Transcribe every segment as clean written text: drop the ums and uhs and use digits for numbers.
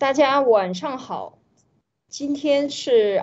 大家晚上好，今天是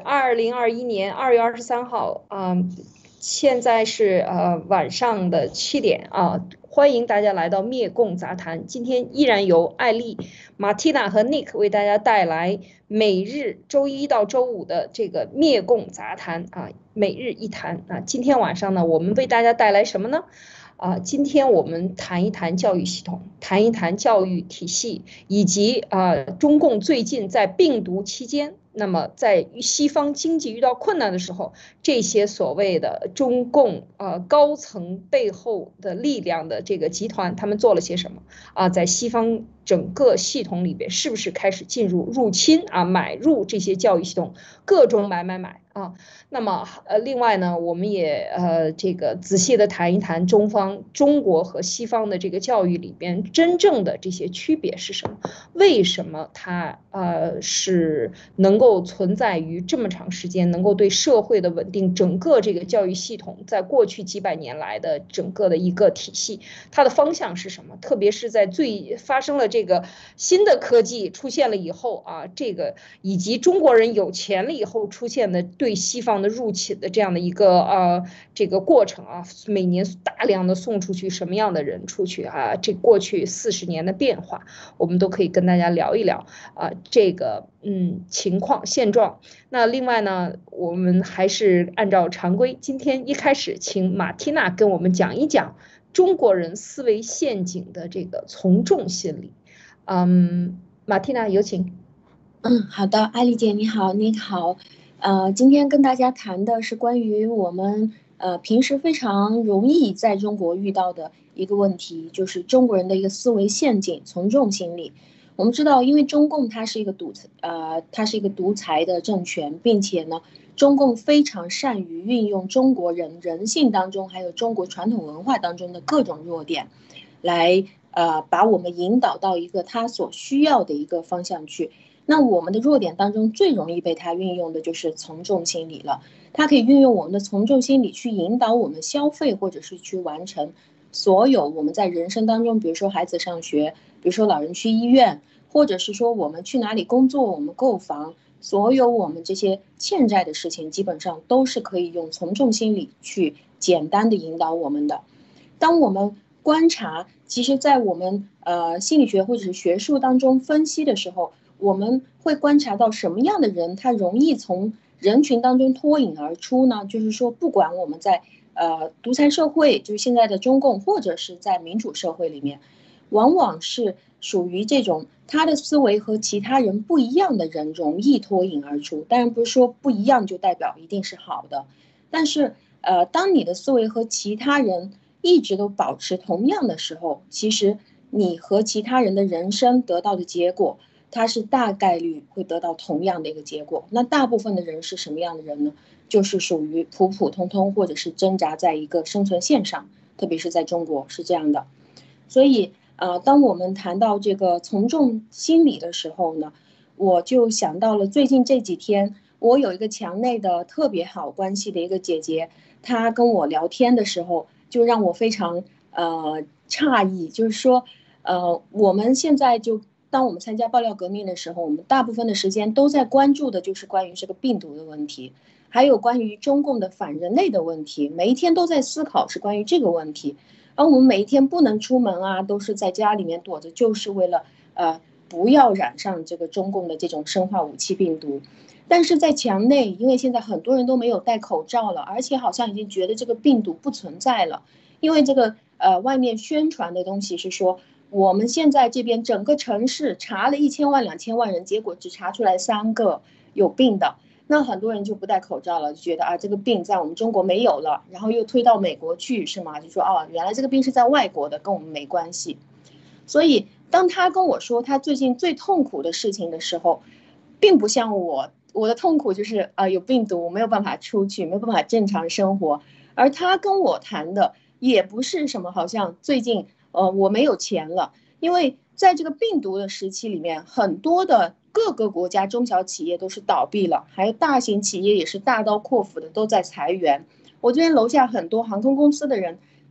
2021年2月23号，现在是晚上的7点啊，欢迎大家来到灭共杂谈。今天依然由艾丽、马蒂娜和 Nick 为大家带来每日周一到周五的这个灭共杂谈啊，每日一谈啊。今天晚上呢，我们为大家带来什么呢？今天我们谈一谈教育系统，谈一谈教育体系，以及中共最近在病毒期间，那么在西方经济遇到困难的时候，这些所谓的中共高层背后的力量的这个集团，他们做了些什么在西方整个系统里边，是不是开始进入入侵买入这些教育系统，各种买那么另外呢，我们也这个仔细的谈一谈中国和西方的这个教育里边真正的这些区别是什么？为什么它是能够存在于这么长时间，能够对社会的稳定，整个这个教育系统在过去几百年来的整个的一个体系，它的方向是什么？特别是在发生了这个新的科技出现了以后这个以及中国人有钱了以后出现的对西方的入侵的这样的一个这个过程每年大量的送出去什么样的人出去这过去40年的变化，我们都可以跟大家聊一聊这个情况现状。那另外呢，我们还是按照常规，今天一开始请马蒂娜跟我们讲一讲中国人思维陷阱的这个从众心理。马蒂娜有请。 好的，艾丽姐你好，你好，今天跟大家谈的是关于我们平时非常容易在中国遇到的一个问题，就是中国人的一个思维陷阱——从众心理。我们知道，因为中共它是一个独裁的政权，并且呢，中共非常善于运用中国人性当中还有中国传统文化当中的各种弱点，来把我们引导到一个他所需要的一个方向去。那我们的弱点当中最容易被他运用的就是从众心理了。他可以运用我们的从众心理去引导我们消费，或者是去完成所有我们在人生当中，比如说孩子上学，比如说老人去医院，或者是说我们去哪里工作，我们购房，所有我们这些欠债的事情，基本上都是可以用从众心理去简单的引导我们的。当我们观察，其实在我们心理学或者是学术当中分析的时候，我们会观察到什么样的人他容易从人群当中脱颖而出呢？就是说，不管我们在独裁社会，就是现在的中共，或者是在民主社会里面，往往是属于这种他的思维和其他人不一样的人容易脱颖而出。当然不是说不一样就代表一定是好的，但是当你的思维和其他人一直都保持同样的时候，其实你和其他人的人生得到的结果，它是大概率会得到同样的一个结果。那大部分的人是什么样的人呢？就是属于普普通通，或者是挣扎在一个生存线上，特别是在中国是这样的。所以当我们谈到这个从众心理的时候呢，我就想到了最近这几天，我有一个墙内的特别好关系的一个姐姐，她跟我聊天的时候，就让我非常诧异，就是说，我们现在当我们参加爆料革命的时候，我们大部分的时间都在关注的就是关于这个病毒的问题，还有关于中共的反人类的问题，每一天都在思考是关于这个问题。而我们每一天不能出门都是在家里面躲着，就是为了不要染上这个中共的这种生化武器病毒。但是在墙内，因为现在很多人都没有戴口罩了，而且好像已经觉得这个病毒不存在了，因为这个外面宣传的东西是说，我们现在这边整个城市查了1000万、2000万人，结果只查出来3个有病的。那很多人就不戴口罩了，就觉得这个病在我们中国没有了，然后又推到美国去，是吗？就说原来这个病是在外国的，跟我们没关系。所以当他跟我说他最近最痛苦的事情的时候，并不像我的痛苦就是有病毒，我没有办法出去，没有办法正常生活。而他跟我谈的也不是什么好像最近我没有钱了，因为在这个病毒的时期里面，很多的各个国家中小企业都是倒闭了，还有大型企业也是大刀阔斧的都在裁员。我这边楼下很多航空公司的人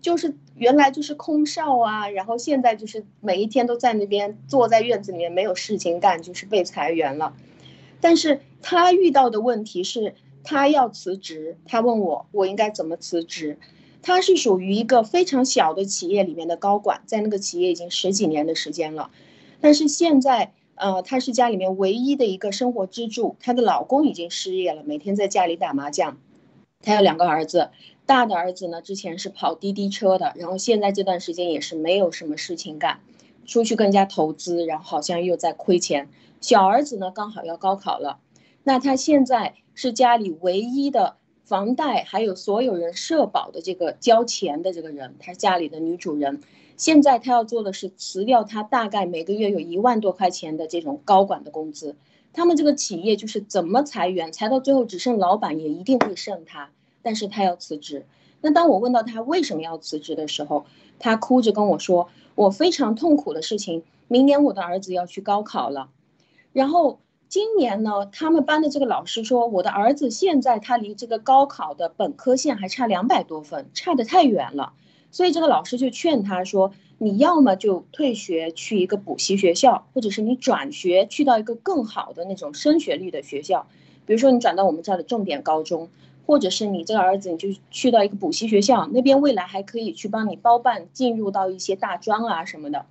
就是原来就是空少啊，然后现在就是每一天都在那边坐在院子里面没有事情干，就是被裁员了。但是他遇到的问题是，他要辞职，他问我应该怎么辞职。他是属于一个非常小的企业里面的高管，在那个企业已经10几年的时间了，但是现在他是家里面唯一的一个生活支柱，她的老公已经失业了，每天在家里打麻将。他有2个儿子，大的儿子呢之前是跑滴滴车的，然后现在这段时间也是没有什么事情干，出去跟人家投资，然后好像又在亏钱。小儿子呢刚好要高考了，那他现在是家里唯一的房贷还有所有人社保的这个交钱的这个人，他是家里的女主人。现在他要做的是辞掉他大概每个月有1万多块钱的这种高管的工资。他们这个企业就是怎么裁员，裁到最后只剩老板，也一定会剩他，但是他要辞职。那当我问到他为什么要辞职的时候，他哭着跟我说，我非常痛苦的事情，明年我的儿子要去高考了，然后今年呢，他们班的这个老师说，我的儿子现在他离这个高考的本科线还差200多分，差得太远了。所以这个老师就劝他说，你要么就退学去一个补习学校，或者是你转学去到一个更好的那种升学率的学校，比如说你转到我们这儿的重点高中，或者是你这个儿子你就去到一个补习学校，那边未来还可以去帮你包办进入到一些大专啊什么的。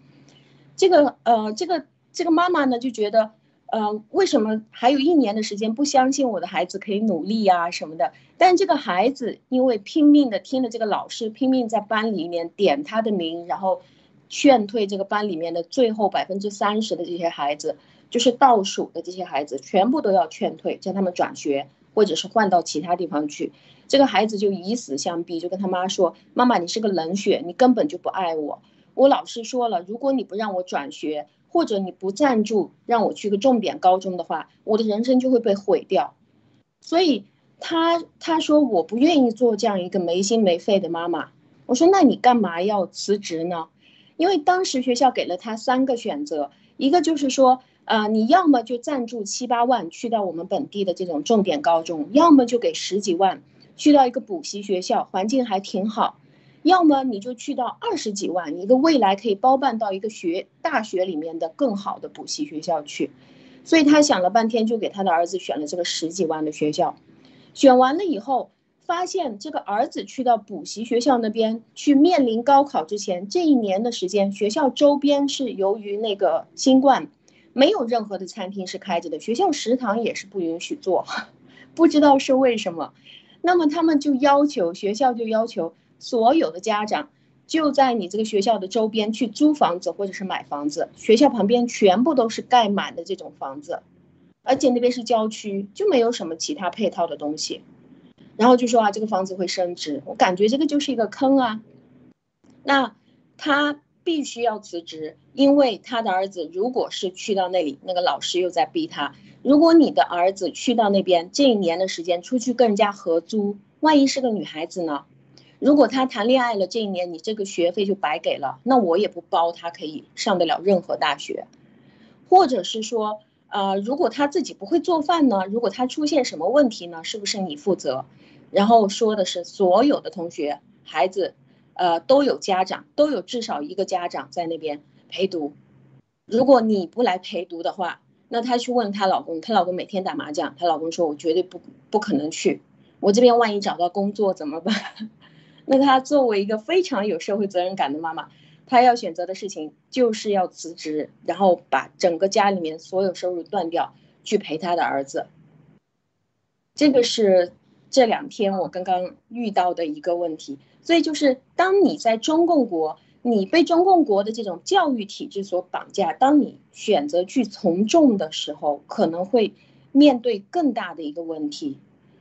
这个妈妈呢就觉得，为什么还有1年的时间不相信我的孩子可以努力啊什么的？但这个孩子因为拼命的听了这个老师，拼命在班里面点他的名，然后劝退这个班里面的最后30%的这些孩子，就是倒数的这些孩子，全部都要劝退，叫他们转学或者是换到其他地方去。这个孩子就以死相逼，就跟他妈说：“妈妈，你是个冷血，你根本就不爱我。我老师说了，如果你不让我转学，或者你不赞助让我去个重点高中的话，我的人生就会被毁掉。”所以他说我不愿意做这样一个没心没肺的妈妈。我说那你干嘛要辞职呢？因为当时学校给了他3个选择，一个就是说，你要么就赞助7、8万去到我们本地的这种重点高中，要么就给10几万去到一个补习学校，环境还挺好，要么你就去到20几万，一个未来可以包办到一个大学里面的更好的补习学校去。所以他想了半天，就给他的儿子选了这个10几万的学校。选完了以后，发现这个儿子去到补习学校那边去面临高考之前，这1年的时间，学校周边是由于那个新冠，没有任何的餐厅是开着的，学校食堂也是不允许做，不知道是为什么。那么他们就要求学校就要求所有的家长就在你这个学校的周边去租房子或者是买房子，学校旁边全部都是盖满的这种房子，而且那边是郊区，就没有什么其他配套的东西。然后就说这个房子会升值，我感觉这个就是一个坑啊。那他必须要辞职，因为他的儿子如果是去到那里，那个老师又在逼他，如果你的儿子去到那边这1年的时间出去跟人家合租，万一是个女孩子呢？如果他谈恋爱了这1年，你这个学费就白给了，那我也不包他可以上得了任何大学。或者是说，如果他自己不会做饭呢？如果他出现什么问题呢？是不是你负责？然后说的是所有的同学孩子，都有家长，都有至少1个家长在那边陪读。如果你不来陪读的话，那她去问她老公，她老公每天打麻将，她老公说我绝对不可能去，我这边万一找到工作怎么办？那她作为一个非常有社会责任感的妈妈，她要选择的事情就是要辞职，然后把整个家里面所有收入断掉，去陪她的儿子。这个是这2天我刚刚遇到的一个问题。所以就是当你在中共国，你被中共国的这种教育体制所绑架，当你选择去从众的时候，可能会面对更大的一个问题。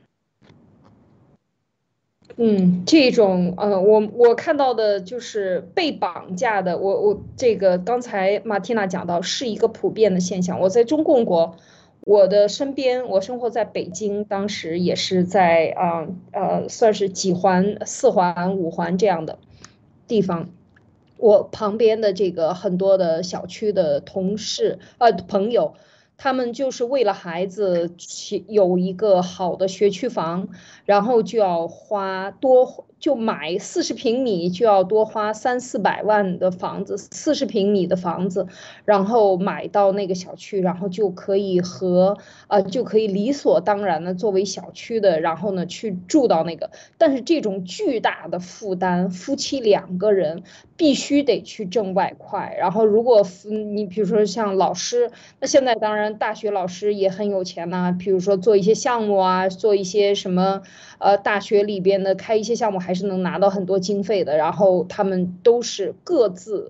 这种我看到的就是被绑架的，我这个刚才马蒂娜讲到是一个普遍的现象。我在中共国，我的身边，我生活在北京，当时也是在算是几环、4环、5环这样的地方。我旁边的这个很多的小区的同事朋友，他们就是为了孩子有一个好的学区房，然后就要就买40平米就要多花300-400万的房子，40平米的房子，然后买到那个小区，然后就可以理所当然的作为小区的，然后呢去住到那个。但是这种巨大的负担，夫妻2个人必须得去挣外快。然后如果你比如说像老师，那现在当然大学老师也很有钱呐，比如说做一些项目啊，做一些什么大学里边的开一些项目，还是能拿到很多经费的。然后他们都是各自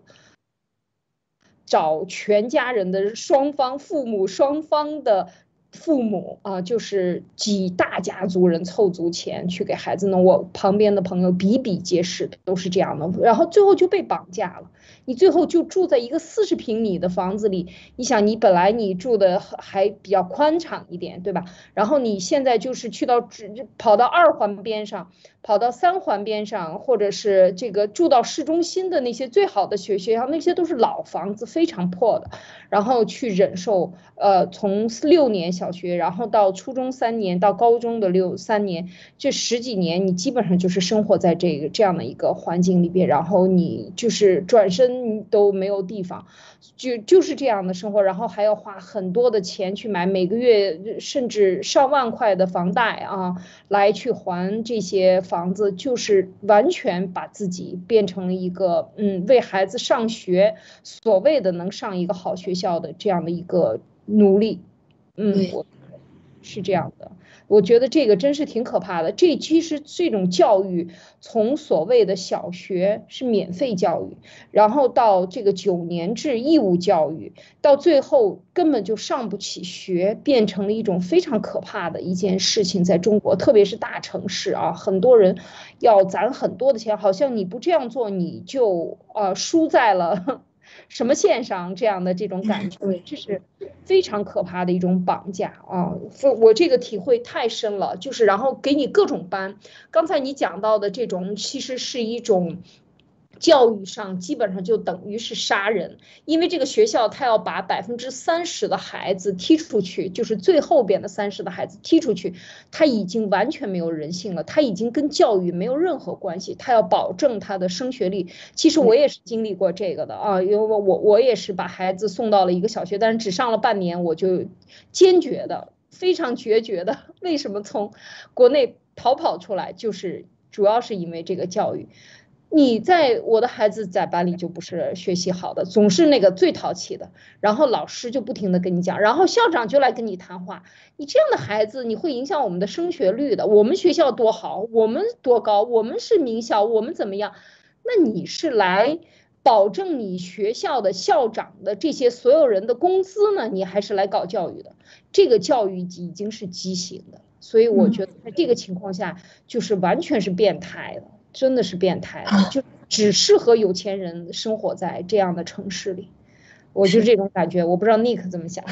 找全家人的父母双方的父母啊，就是几大家族人凑足钱去给孩子弄。我旁边的朋友比比皆是，都是这样的。然后最后就被绑架了，你最后就住在一个40平米的房子里。你想，你本来你住的还比较宽敞一点，对吧？然后你现在就是跑到2环边上，跑到3环边上，或者是这个住到市中心的那些最好的学校，那些都是老房子，非常破的。然后去忍受从6年小学，然后到初中3年，到高中的3年，这10几年你基本上就是生活在这样的一个环境里边，然后你就是转身都没有地方，就是这样的生活。然后还要花很多的钱去买每个月甚至上万块的房贷啊，来去还这些房子，就是完全把自己变成了一个为孩子上学，所谓的能上一个好学校的这样的一个奴隶。我是这样的。我觉得这个真是挺可怕的。其实这种教育，从所谓的小学是免费教育，然后到这个9年制义务教育，到最后根本就上不起学，变成了一种非常可怕的一件事情。在中国，特别是大城市啊，很多人要攒很多的钱，好像你不这样做，你就输在了什么线上，这样的这种感觉，这是非常可怕的一种绑架啊！我这个体会太深了，就是然后给你各种班，刚才你讲到的这种，其实是一种教育上基本上就等于是杀人。因为这个学校他要把30%的孩子踢出去，就是最后边的30的孩子踢出去，他已经完全没有人性了，他已经跟教育没有任何关系，他要保证他的升学率。其实我也是经历过这个的啊，因为我也是把孩子送到了一个小学，但是只上了半年，我就坚决的、非常决绝的，为什么从国内逃跑出来，就是主要是因为这个教育。我的孩子在班里就不是学习好的，总是那个最淘气的，然后老师就不停的跟你讲，然后校长就来跟你谈话，你这样的孩子你会影响我们的升学率的，我们学校多好，我们多高，我们是名校，我们怎么样？那你是来保证你学校的校长的这些所有人的工资呢，你还是来搞教育的？这个教育已经是畸形的，所以我觉得在这个情况下，就是完全是变态了。真的是变态了，就只适合有钱人生活在这样的城市里，我就这种感觉。我不知道 Nick 怎么想。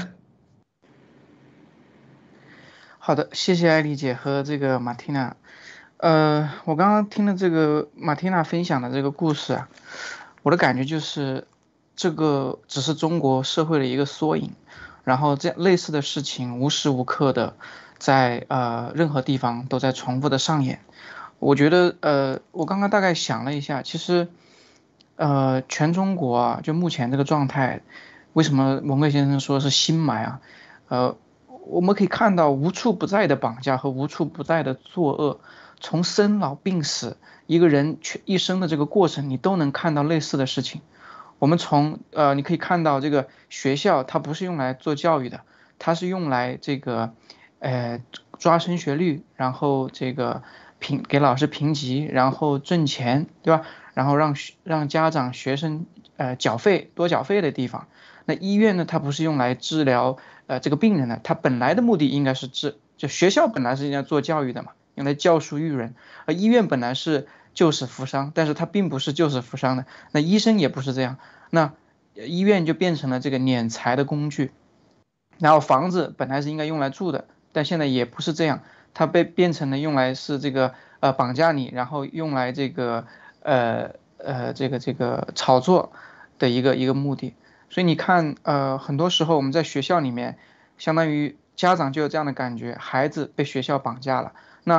好的，谢谢艾丽姐和这个马蒂娜。我刚刚听了这个马蒂娜分享的这个故事啊，我的感觉就是这个只是中国社会的一个缩影，然后这样类似的事情无时无刻的在任何地方都在重复的上演。我觉得我刚刚大概想了一下，其实全中国啊，就目前这个状态，为什么文贵先生说是心霾啊？我们可以看到无处不在的绑架和无处不在的作恶，从生老病死一个人一生的这个过程，你都能看到类似的事情。我们你可以看到这个学校它不是用来做教育的，它是用来这个抓升学率，然后这个给老师评级，然后挣钱，对吧？然后让家长学生多缴费的地方。那医院呢，它不是用来治疗这个病人的，它本来的目的应该是就学校本来是应该做教育的嘛，用来教书育人，而医院本来是救死扶伤，但是它并不是救死扶伤的。那医生也不是这样，那医院就变成了这个敛财的工具。然后房子本来是应该用来住的，但现在也不是这样，它变成了用来是这个绑架你，然后用来这个这个炒作的一个目的。所以你看很多时候我们在学校里面，相当于家长就有这样的感觉，孩子被学校绑架了。那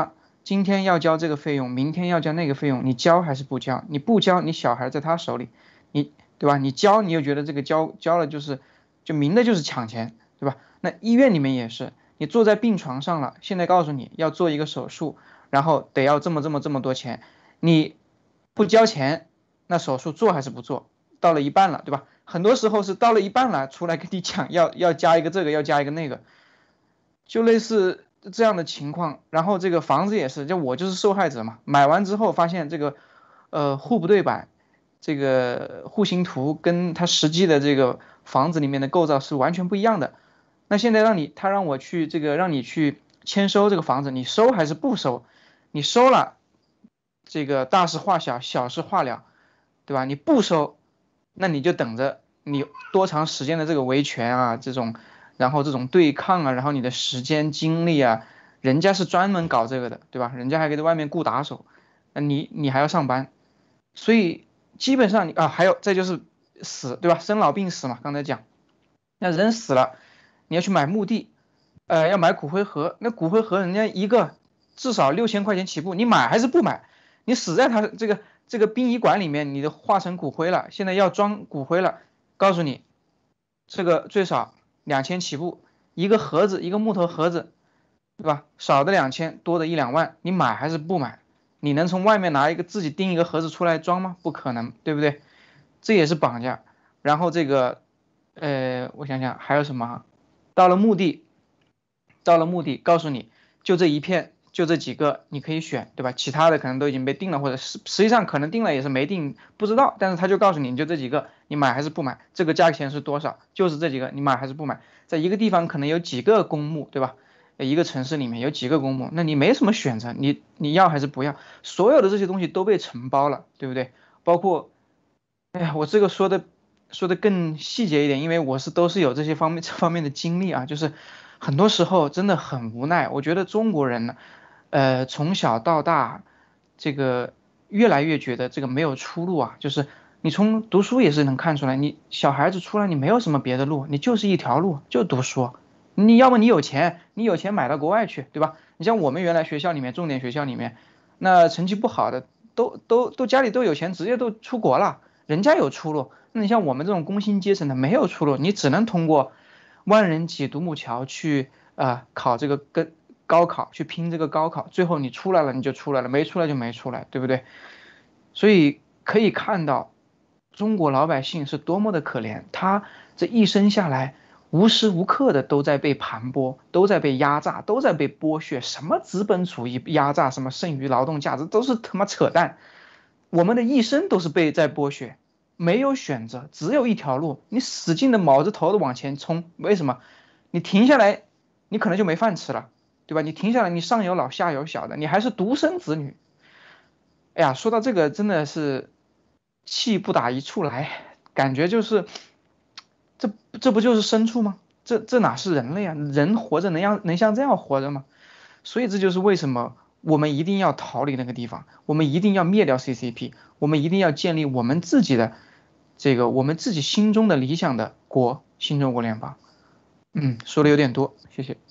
今天要交这个费用，明天要交那个费用，你交还是不交？你不交，你小孩在他手里，对吧？你交，你又觉得这个交了就明的就是抢钱，对吧？那医院里面也是，你坐在病床上了，现在告诉你要做一个手术，然后得要这么多钱，你不交钱，那手术做还是不做？到了一半了，对吧？很多时候是到了一半了，出来跟你讲要加一个这个，要加一个那个，就类似这样的情况。然后这个房子也是，就我就是受害者嘛，买完之后发现这个户不对版，这个户型图跟它实际的这个房子里面的构造是完全不一样的。那现在他让我去让你去签收这个房子，你收还是不收？你收了，这个大事化小，小事化了，对吧？你不收，那你就等着你多长时间的这个维权啊，然后这种对抗啊，然后你的时间精力啊，人家是专门搞这个的，对吧？人家还给在外面雇打手，那你还要上班，所以基本上还有再就是死，对吧？生老病死嘛，刚才讲，那人死了，你要去买墓地，要买骨灰盒，那骨灰盒人家一个至少6000块钱起步，你买还是不买？你死在他这个殡仪馆里面，你的化成骨灰了，现在要装骨灰了，告诉你，这个最少2000起步，一个盒子，一个木头盒子，对吧？少的2000，多的1-2万，你买还是不买？你能从外面拿一个自己钉一个盒子出来装吗？不可能，对不对？这也是绑架。然后这个，我想想还有什么？到了墓地，告诉你就这一片，就这几个，你可以选，对吧？其他的可能都已经被定了，或者实际上可能定了也是没定，不知道。但是他就告诉你，就这几个，你买还是不买？这个价钱是多少？就是这几个，你买还是不买？在一个地方可能有几个公墓，对吧？一个城市里面有几个公墓，那你没什么选择，你要还是不要？所有的这些东西都被承包了，对不对？包括，哎呀，我这个说的更细节一点，因为都是有这方面的经历啊，就是很多时候真的很无奈。我觉得中国人呢，从小到大，这个越来越觉得这个没有出路啊，就是你从读书也是能看出来，你小孩子出来你没有什么别的路，你就是一条路，就读书。你要么你有钱，你有钱买到国外去，对吧？你像我们原来学校里面，重点学校里面，那成绩不好的都家里都有钱，直接都出国了，人家有出路。那你像我们这种工薪阶层的没有出路，你只能通过万人挤独木桥去考这个跟高考去拼这个高考，最后你出来了你就出来了，没出来就没出来，对不对？所以可以看到中国老百姓是多么的可怜，他这一生下来无时无刻的都在被盘剥，都在被压榨，都在被剥削，什么资本主义压榨，什么剩余劳动价值，都是他妈扯淡。我们的一生都是在剥削，没有选择，只有一条路，你使劲的卯着头的往前冲。为什么？你停下来，你可能就没饭吃了，对吧？你停下来，你上有老下有小的，你还是独生子女。哎呀，说到这个真的是气不打一处来，感觉就是这不就是牲畜吗？这哪是人类啊？人活着能像这样活着吗？所以这就是为什么我们一定要逃离那个地方，我们一定要灭掉 CCP，我们一定要建立我们自己的我们自己心中的理想的国——新中国联邦。说的有点多，谢谢。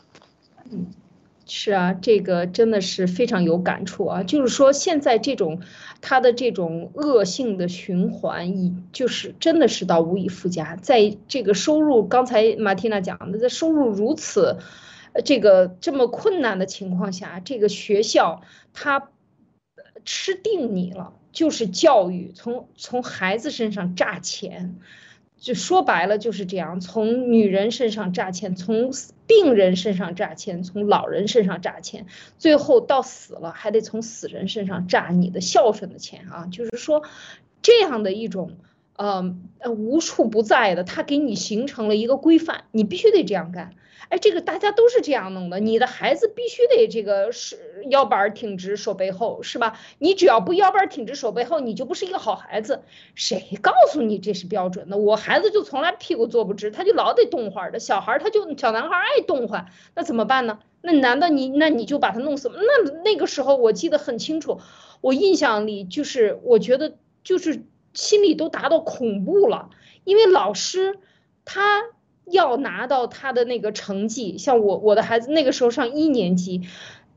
是啊，这个真的是非常有感触啊。就是说，现在它的这种恶性的循环，就是真的是到无以复加。在这个收入，刚才马蒂娜讲的，在收入如此，这么困难的情况下，这个学校它吃定你了，就是教育，从孩子身上榨钱。就说白了就是这样，从女人身上榨钱，从病人身上榨钱，从老人身上榨钱，最后到死了还得从死人身上榨你的孝顺的钱啊！就是说，这样的一种无处不在的，它给你形成了一个规范，你必须得这样干。哎，这个大家都是这样弄的，你的孩子必须得这个是腰板挺直，手背厚，是吧？你只要不腰板挺直，手背厚，你就不是一个好孩子。谁告诉你这是标准的？我孩子就从来屁股坐不直，他就老得动会儿的。小男孩爱动会，那怎么办呢？那难道你就把他弄死吗？那个时候我记得很清楚，我印象里就是我觉得就是心里都达到恐怖了，因为老师他要拿到他的那个成绩，像我的孩子那个时候上1年级，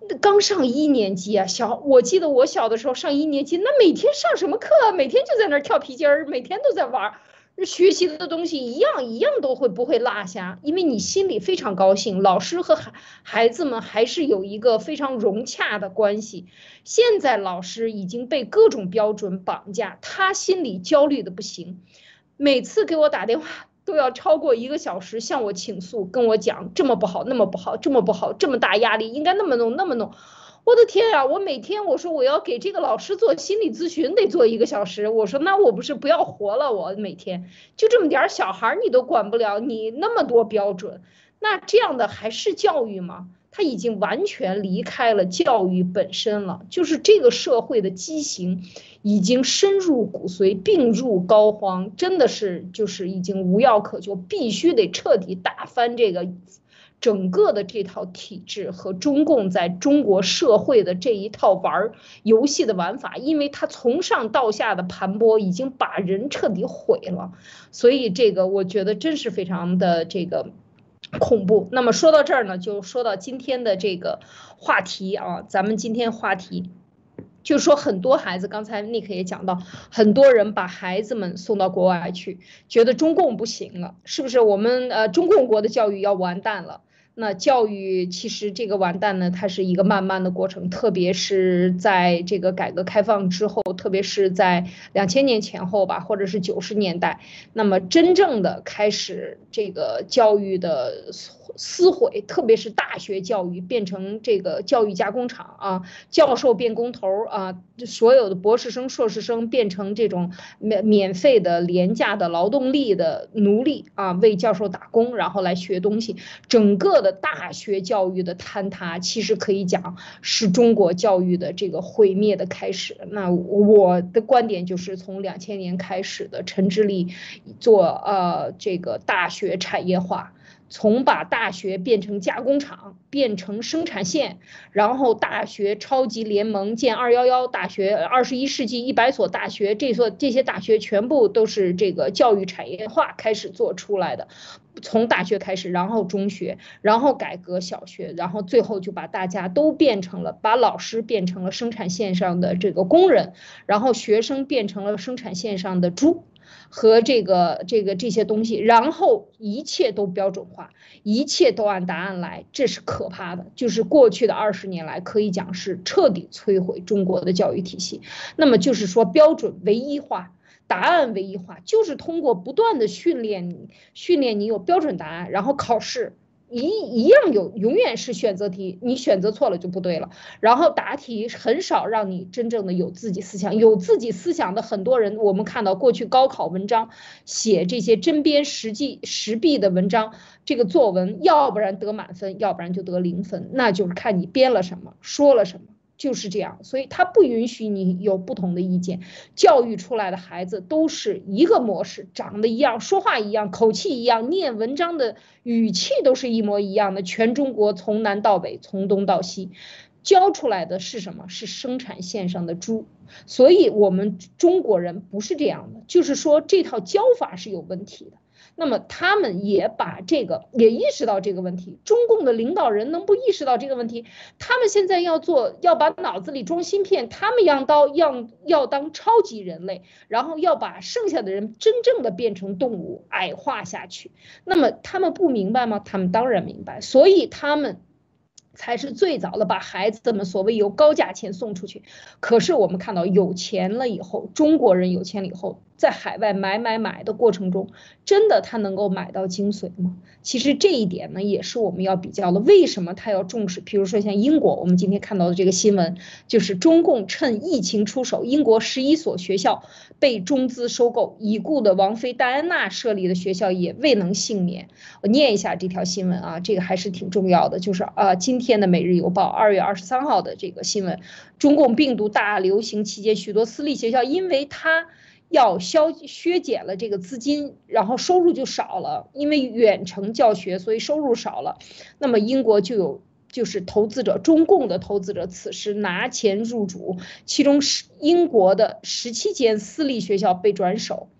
刚上1年级啊，我记得我小的时候上1年级，那每天上什么课啊？每天就在那儿跳皮筋儿，每天都在玩儿，学习的东西一样一样都不会落下，因为你心里非常高兴，老师和孩子们还是有一个非常融洽的关系。现在老师已经被各种标准绑架，他心里焦虑的不行，每次给我打电话都要超过1个小时向我倾诉，跟我讲这么不好那么不好，这么不好，这么大压力，应该那么弄那么弄。我的天啊！我每天我说我要给这个老师做心理咨询，得做1个小时。我说那我不是不要活了？我每天就这么点小孩你都管不了，你那么多标准，那这样的还是教育吗？他已经完全离开了教育本身了，就是这个社会的畸形已经深入骨髓，病入膏肓，真的是就是已经无药可救，必须得彻底打翻这个整个的这套体制和中共在中国社会的这一套游戏的玩法，因为他从上到下的盘剥已经把人彻底毁了，所以这个我觉得真是非常的这个恐怖。那么说到这儿呢，就说到今天的这个话题啊，咱们今天话题就是说很多孩子，刚才 Nick 也讲到，很多人把孩子们送到国外去，觉得中共不行了，是不是我们中共国的教育要完蛋了？那教育其实这个完蛋呢，它是一个慢慢的过程，特别是在这个改革开放之后，特别是在2000年前后吧，或者是90年代，那么真正的开始这个教育的撕毁，特别是大学教育变成这个教育加工厂啊，教授变工头啊，所有的博士生、硕士生变成这种免费的、廉价的劳动力的奴隶啊，为教授打工，然后来学东西，整个的大学教育的坍塌，其实可以讲是中国教育的这个毁灭的开始。那我的观点就是从2000年开始的陈直立做这个大学产业化。从把大学变成加工厂，变成生产线，然后大学超级联盟建211大学，21世纪100所大学，这些大学全部都是这个教育产业化开始做出来的，从大学开始，然后中学，然后改革小学，然后最后就把大家都变成了，把老师变成了生产线上的这个工人，然后学生变成了生产线上的猪。和这些东西，然后一切都标准化，一切都按答案来，这是可怕的。就是过去的20年来，可以讲是彻底摧毁中国的教育体系。那么就是说，标准唯一化，答案唯一化，就是通过不断的训练你有标准答案，然后考试。一样永远是选择题，你选择错了就不对了。然后答题很少让你真正的有自己思想，有自己思想的很多人，我们看到过去高考文章写这些针砭时弊的文章，这个作文要不然得满分，要不然就得0分，那就是看你编了什么，说了什么。就是这样，所以他不允许你有不同的意见。教育出来的孩子都是一个模式，长得一样，说话一样，口气一样，念文章的语气都是一模一样的。全中国从南到北，从东到西，教出来的是什么？是生产线上的猪。所以我们中国人不是这样的，就是说这套教法是有问题的。那么他们也意识到这个问题，中共的领导人能不意识到这个问题？他们现在要把脑子里装芯片，他们要当超级人类，然后要把剩下的人真正的变成动物，矮化下去。那么他们不明白吗？他们当然明白，所以他们才是最早的把孩子们所谓有高价钱送出去。可是我们看到有钱了以后，中国人有钱了以后，在海外买的过程中，真的他能够买到精髓吗？其实这一点呢，也是我们要比较的。为什么他要重视？比如说像英国，我们今天看到的这个新闻，就是中共趁疫情出手，英国11所学校被中资收购，已故的王妃戴安娜设立的学校也未能幸免。我念一下这条新闻啊，这个还是挺重要的，就是今天的《每日邮报》2月23号的这个新闻，中共病毒大流行期间，许多私立学校因为它要削减了这个资金，然后收入就少了，因为远程教学，所以收入少了。那么英国就是中共的投资者，此时拿钱入主，其中英国的17间私立学校被转手。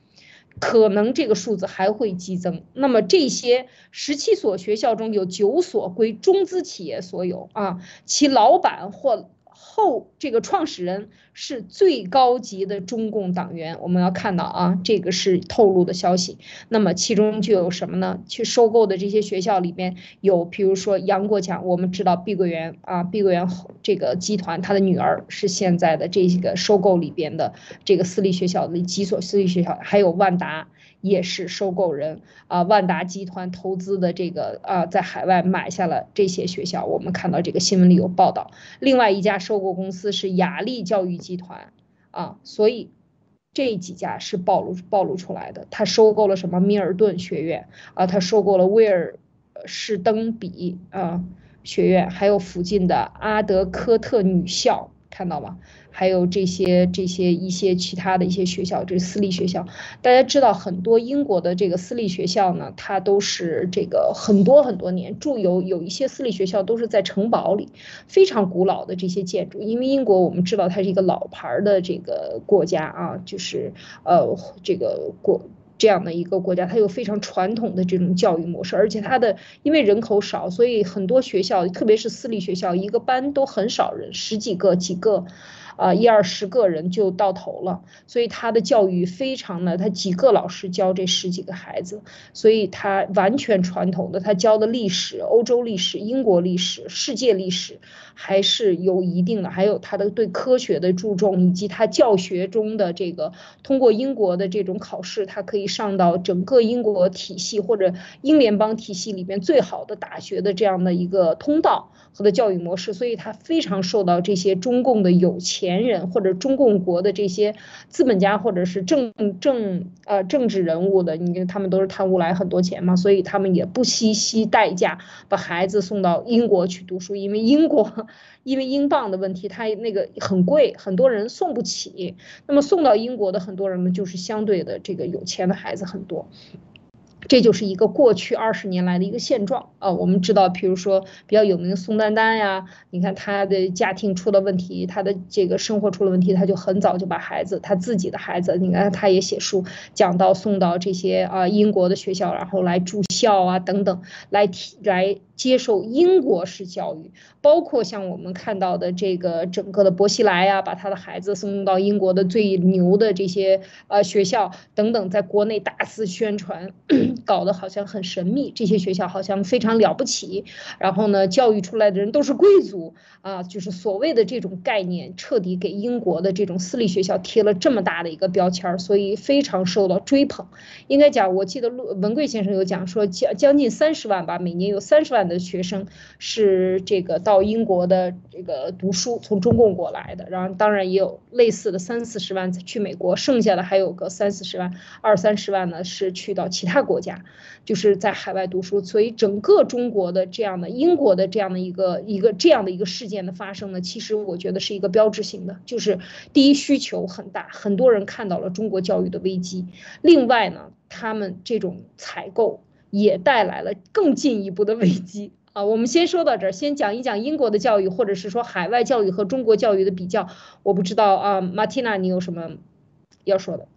可能这个数字还会激增。那么这些17所学校中有9所归中资企业所有啊，其老板或这个创始人是最高级的中共党员。我们要看到啊，这个是透露的消息。那么其中就有什么呢？去收购的这些学校里面有，比如说杨国强，我们知道碧桂园啊，碧桂园这个集团，他的女儿是现在的这个收购里边的这个私立学校的几所私立学校，还有万达。也是收购人啊，万达集团投资的这个在海外买下了这些学校，我们看到这个新闻里有报道。另外一家收购公司是雅丽教育集团啊，所以这几家是暴露出来的。他收购了什么？密尔顿学院啊，他收购了威尔士登比学院，还有附近的阿德科特女校，看到吗？还有这些一些其他的一些学校，这是私立学校。大家知道，很多英国的这个私立学校呢，它都是这个很多年有一些私立学校都是在城堡里，非常古老的这些建筑。因为英国我们知道它是一个老牌的这个国家啊，就是这个这样的一个国家，它有非常传统的这种教育模式，而且它的因为人口少，所以很多学校，特别是私立学校，一个班都很少人，十几个、几个。10-20个人就到头了，所以他的教育非常的，他几个老师教这10几个孩子，所以他完全传统的，他教的历史、欧洲历史、英国历史、世界历史还是有一定的，还有他的对科学的注重，以及他教学中的这个通过英国的这种考试，他可以上到整个英国体系或者英联邦体系里面最好的大学的这样的一个通道和的教育模式，所以他非常受到这些中共的有钱人或者中共国的这些资本家或者是政治人物的，你看他们都是贪污来很多钱嘛，所以他们也不惜代价把孩子送到英国去读书，因为英镑的问题，它那个很贵，很多人送不起。那么送到英国的很多人呢，就是相对的这个有钱的孩子很多。这就是一个过去20年来的一个现状啊。我们知道，比如说比较有名的宋丹丹呀，你看她的家庭出了问题，她的这个生活出了问题，她就很早就把她自己的孩子，你看她也写书讲到送到这些英国的学校，然后来住校啊等等，来接受英国式教育，包括像我们看到的这个整个的薄熙来呀，把他的孩子送到英国的最牛的这些学校等等，在国内大肆宣传，搞得好像很神秘，这些学校好像非常了不起，然后呢，教育出来的人都是贵族啊，就是所谓的这种概念，彻底给英国的这种私立学校贴了这么大的一个标签，所以非常受到追捧。应该讲，我记得文贵先生有讲说，将近30万吧，每年有30万的学生是这个到英国的这个读书，从中共国来的，然后当然也有类似的30-40万去美国，剩下的还有个30-40万、20-30万呢是去到其他国家，就是在海外读书。所以整个中国的这样的英国的这样的一个事件的发生呢，其实我觉得是一个标志性的，就是第一需求很大，很多人看到了中国教育的危机，另外呢，他们这种采购也带来了更进一步的危机啊。我们先说到这儿，先讲一讲英国的教育，或者是说海外教育和中国教育的比较。我不知道啊，Martina，你有什么要说的？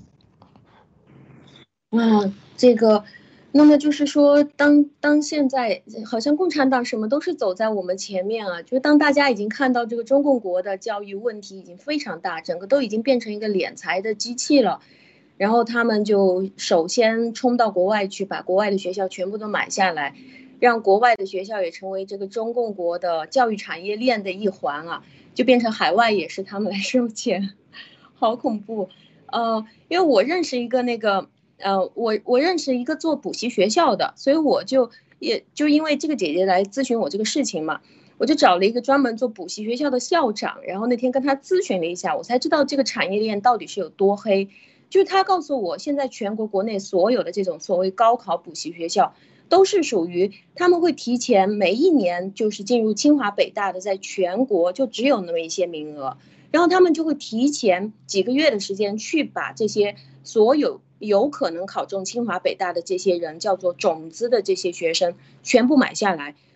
这个，那么就是说，当现在好像共产党什么都是走在我们前面啊，就是当大家已经看到这个中共国的教育问题已经非常大，整个都已经变成一个敛财的机器了。然后他们就首先冲到国外去，把国外的学校全部都买下来，让国外的学校也成为这个中共国的教育产业链的一环啊，就变成海外也是他们来收钱，好恐怖。因为我认识一个我认识一个做补习学校的，所以我也因为这个姐姐来咨询我这个事情嘛，我就找了一个专门做补习学校的校长，然后那天跟他咨询了一下，我才知道这个产业链到底是有多黑。就是他告诉我，现在全国国内所有的这种所谓高考补习学校，都是属于他们会提前每一年就是进入清华北大的，在全国就只有那么一些名额，然后他们就会提前几个月的时间去把这些所有可能考中清华北大的这些人，叫做种子的这些学生全部买下来。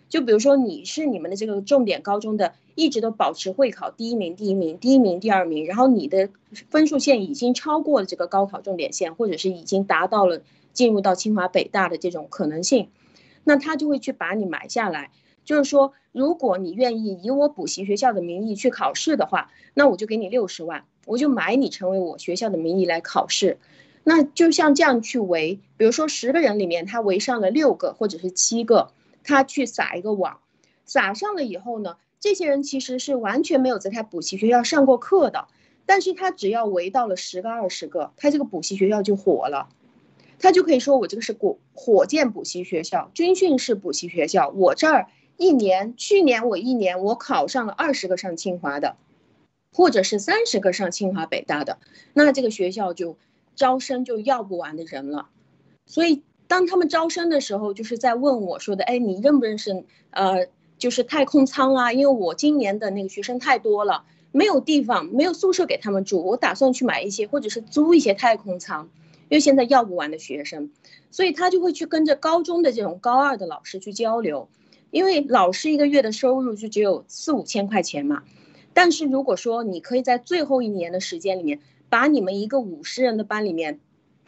就比如说你是你们的这个重点高中的，一直都保持会考第1名、第1名、第1名、第2名，然后你的分数线已经超过了这个高考重点线，或者是已经达到了进入到清华北大的这种可能性，那他就会去把你买下来。就是说，如果你愿意以我补习学校的名义去考试的话，那我就给你60万，我就买你成为我学校的名义来考试。那就像这样去围，比如说10个人里面，他围上了6个或者是7个，他去撒一个网，撒上了以后呢，这些人其实是完全没有在他补习学校上过课的，但是他只要围到了10个、20个，他这个补习学校就火了。他就可以说我这个是火箭补习学校、军训式补习学校，我这儿去年我一年我考上了20个上清华的，或者是30个上清华北大的，那这个学校就招生就要不完的人了。所以当他们招生的时候，就是在问我说的，哎，你认不认识就是太空舱啊？因为我今年的那个学生太多了，没有地方，没有宿舍给他们住，我打算去买一些或者是租一些太空舱，因为现在要不完的学生，所以他就会去跟着高中的这种高2的老师去交流。因为老师一个月的收入就只有4、5千块钱嘛，但是如果说你可以在最后1年的时间里面，把你们一个50人的班里面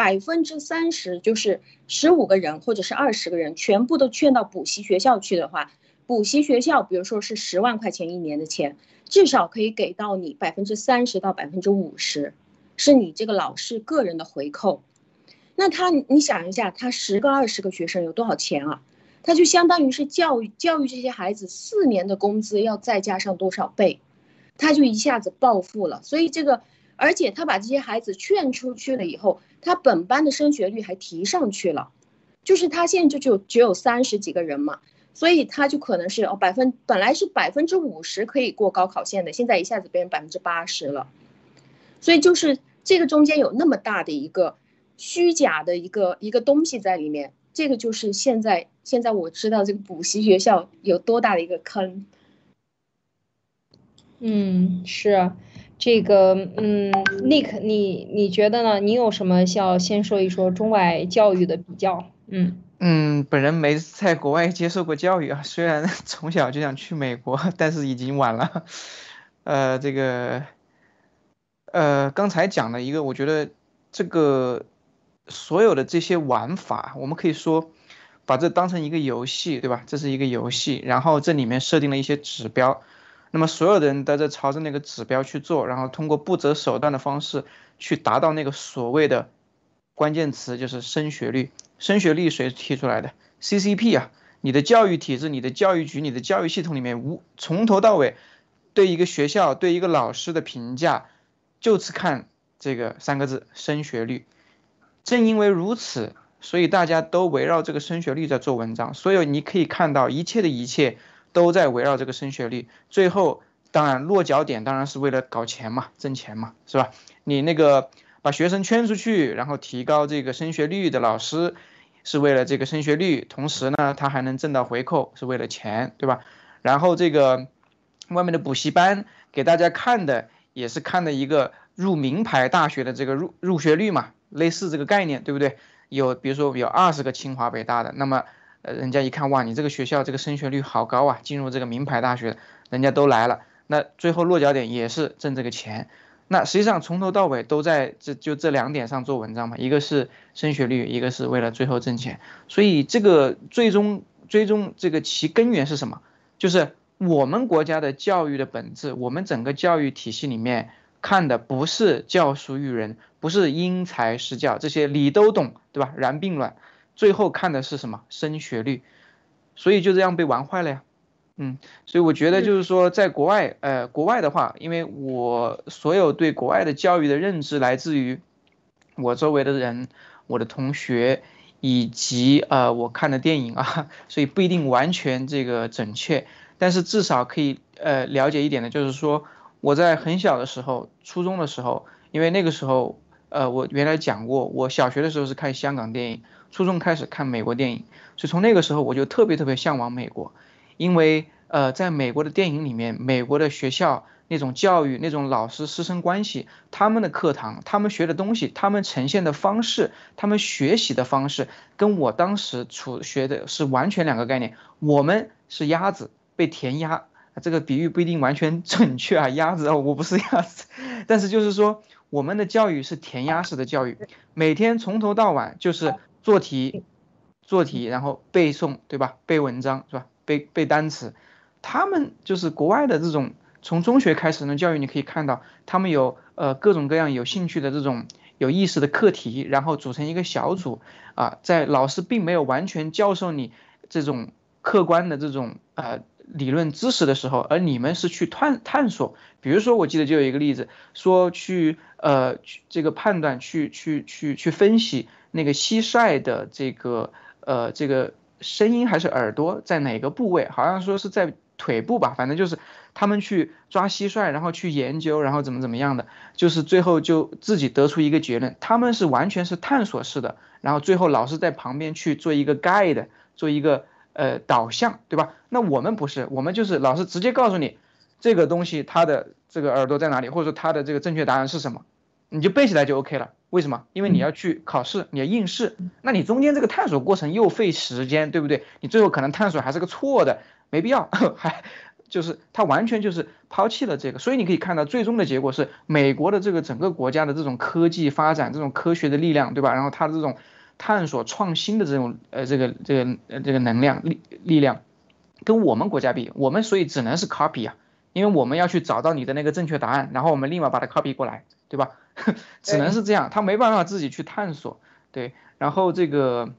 30%，就是15个人或者是20个人，全部都劝到补习学校去的话，补习学校比如说是10万块钱1年的钱，至少可以给到你30%到50%，是你这个老师个人的回扣。那你想一下，他10个、20个学生有多少钱啊？他就相当于是教育这些孩子4年的工资要再加上多少倍，他就一下子暴富了。所以而且他把这些孩子劝出去了以后，他本班的升学率还提上去了，就是他现在就只有30几个人嘛，所以他就可能是本来是50%可以过高考线的，现在一下子变成80%了。所以就是这个中间有那么大的一个虚假的一个东西在里面，这个就是现在我知道这个补习学校有多大的一个坑。 是啊，这个Nick，你觉得呢？你有什么要先说一说中外教育的比较？ 本人没在国外接受过教育啊，虽然从小就想去美国，但是已经晚了。这个刚才讲了一个，我觉得这个所有的这些玩法，我们可以说把这当成一个游戏，对吧？这是一个游戏，然后这里面设定了一些指标，那么所有的人都在朝着那个指标去做，然后通过不择手段的方式去达到那个所谓的关键词，就是升学率。升学率谁提出来的 ？CCP 啊，你的教育体制、你的教育局、你的教育系统里面从头到尾对一个学校、对一个老师的评价，就是看这个3个字：升学率。正因为如此，所以大家都围绕这个升学率在做文章。所以你可以看到一切的一切都在围绕这个升学率。最后，当然落脚点当然是为了搞钱嘛，挣钱嘛，是吧？你那个把学生圈出去，然后提高这个升学率的老师，是为了这个升学率，同时呢，他还能挣到回扣，是为了钱，对吧？然后这个外面的补习班给大家看的也是看的一个入名牌大学的这个入学率嘛，类似这个概念，对不对？比如说有20个清华北大的，那么人家一看，哇，你这个学校这个升学率好高啊，进入这个名牌大学，人家都来了，那最后落脚点也是挣这个钱。那实际上从头到尾都在这2点上做文章嘛，一个是升学率，一个是为了最后挣钱。所以这个最终这个其根源是什么？就是我们国家的教育的本质，我们整个教育体系里面看的不是教书育人，不是因材施教，这些理都懂，对吧？然并卵，最后看的是什么？升学率。所以就这样被玩坏了呀。所以我觉得就是说，在国外的话，因为我所有对国外的教育的认知来自于我周围的人、我的同学以及我看的电影啊，所以不一定完全这个准确，但是至少可以了解一点的，就是说我在很小的时候，初中的时候，因为那个时候我原来讲过，我小学的时候是看香港电影，初中开始看美国电影，所以从那个时候我就特别特别向往美国。因为在美国的电影里面，美国的学校那种教育、那种老师师生关系，他们的课堂、他们学的东西、他们呈现的方式、他们学习的方式，跟我当时学的是完全两个概念。我们是鸭子被填鸭，这个比喻不一定完全准确啊，鸭子啊，我不是鸭子，但是就是说我们的教育是填鸭式的教育，每天从头到晚就是做题，然后背诵，对吧？背文章是吧？背单词。他们就是国外的这种从中学开始的教育，你可以看到他们有各种各样有兴趣的这种有意识的课题，然后组成一个小组啊，在老师并没有完全教授你这种客观的这种理论知识的时候，而你们是去探索。比如说，我记得就有一个例子，说去这个判断去分析那个蟋蟀的这个声音还是耳朵在哪个部位，好像说是在腿部吧，反正就是他们去抓蟋蟀，然后去研究，然后怎么样的，就是最后就自己得出一个结论，他们是完全是探索式的，然后最后老师在旁边去做一个 guide， 做一个导向，对吧？那我们不是，我们就是老师直接告诉你这个东西它的这个耳朵在哪里，或者说它的这个正确答案是什么，你就背起来就 OK 了。为什么？因为你要去考试，你要应试，那你中间这个探索过程又费时间，对不对？你最后可能探索还是个错的，没必要，还就是他完全就是抛弃了这个。所以你可以看到最终的结果是美国的这个整个国家的这种科技发展，这种科学的力量，对吧？然后它的这种探索创新的这种这个能量力量，跟我们国家比，我们所以只能是 copy 啊，因为我们要去找到你的那个正确答案，然后我们立马把它 copy 过来，对吧？只能是这样，他没办法自己去探索，对。然后这个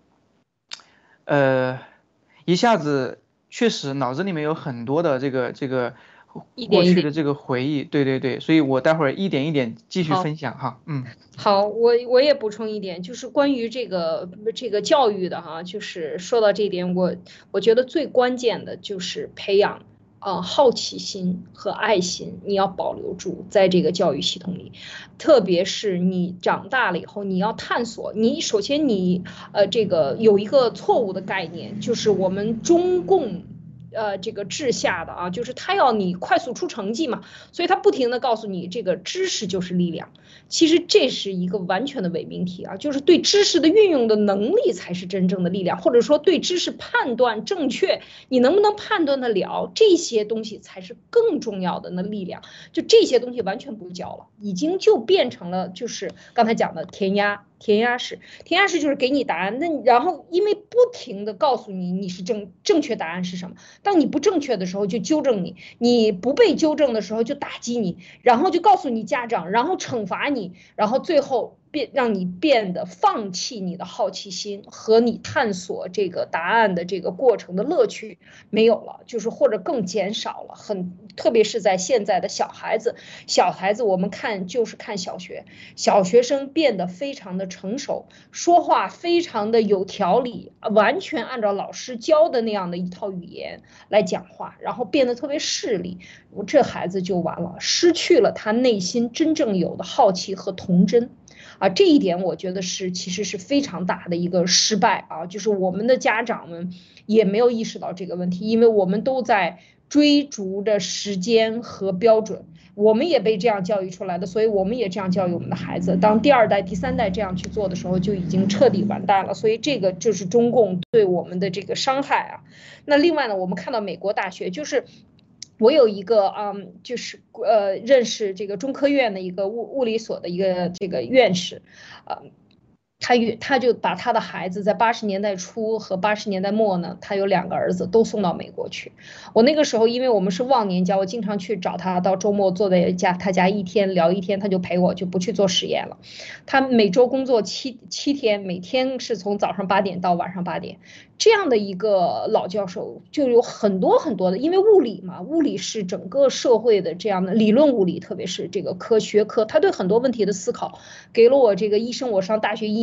一下子确实脑子里面有很多的这个过去的这个回忆，对，所以我待会儿一点一点继续分享哈。 好，我也补充一点，就是关于这个教育的哈，就是说到这一点，我觉得最关键的就是培养好奇心和爱心，你要保留住在这个教育系统里，特别是你长大了以后，你要探索。你首先这个有一个错误的概念，就是我们中共。这个治下的啊，就是他要你快速出成绩嘛，所以他不停的告诉你，这个知识就是力量。其实这是一个完全的伪命题啊，就是对知识的运用的能力才是真正的力量，或者说对知识判断正确，你能不能判断得了，这些东西才是更重要的那力量。就这些东西完全不教了，已经就变成了就是刚才讲的填鸭式就是给你答案，那然后因为不停的告诉你是正确答案是什么，当你不正确的时候就纠正你，你不被纠正的时候就打击你，然后就告诉你家长，然后惩罚你，然后最后让你变得放弃你的好奇心和你探索这个答案的这个过程的乐趣没有了，就是或者更减少了，特别是在现在的小孩子我们看小学生变得非常的成熟，说话非常的有条理，完全按照老师教的那样的一套语言来讲话，然后变得特别势利，这孩子就完了，失去了他内心真正有的好奇和童真。这一点我觉得其实是非常大的一个失败啊，就是我们的家长们也没有意识到这个问题，因为我们都在追逐着时间和标准，我们也被这样教育出来的，所以我们也这样教育我们的孩子。当第二代、第三代这样去做的时候，就已经彻底完蛋了。所以这个就是中共对我们的这个伤害啊。那另外呢，我们看到美国大学就是。我有一个就是认识这个中科院的一个物理所的一个这个院士，他就把他的孩子在80年代初和80年代末呢，他有2个儿子都送到美国去。我那个时候因为我们是忘年交，我经常去找他，到周末坐在他家一天聊一天，他就陪我，就不去做实验了。他每周工作7天，每天是从早上8点到晚上8点。这样的一个老教授就有很多很多的，因为物理嘛，物理是整个社会的这样的理论物理，特别是这个学科，他对很多问题的思考，给了我这个医生，我上大学1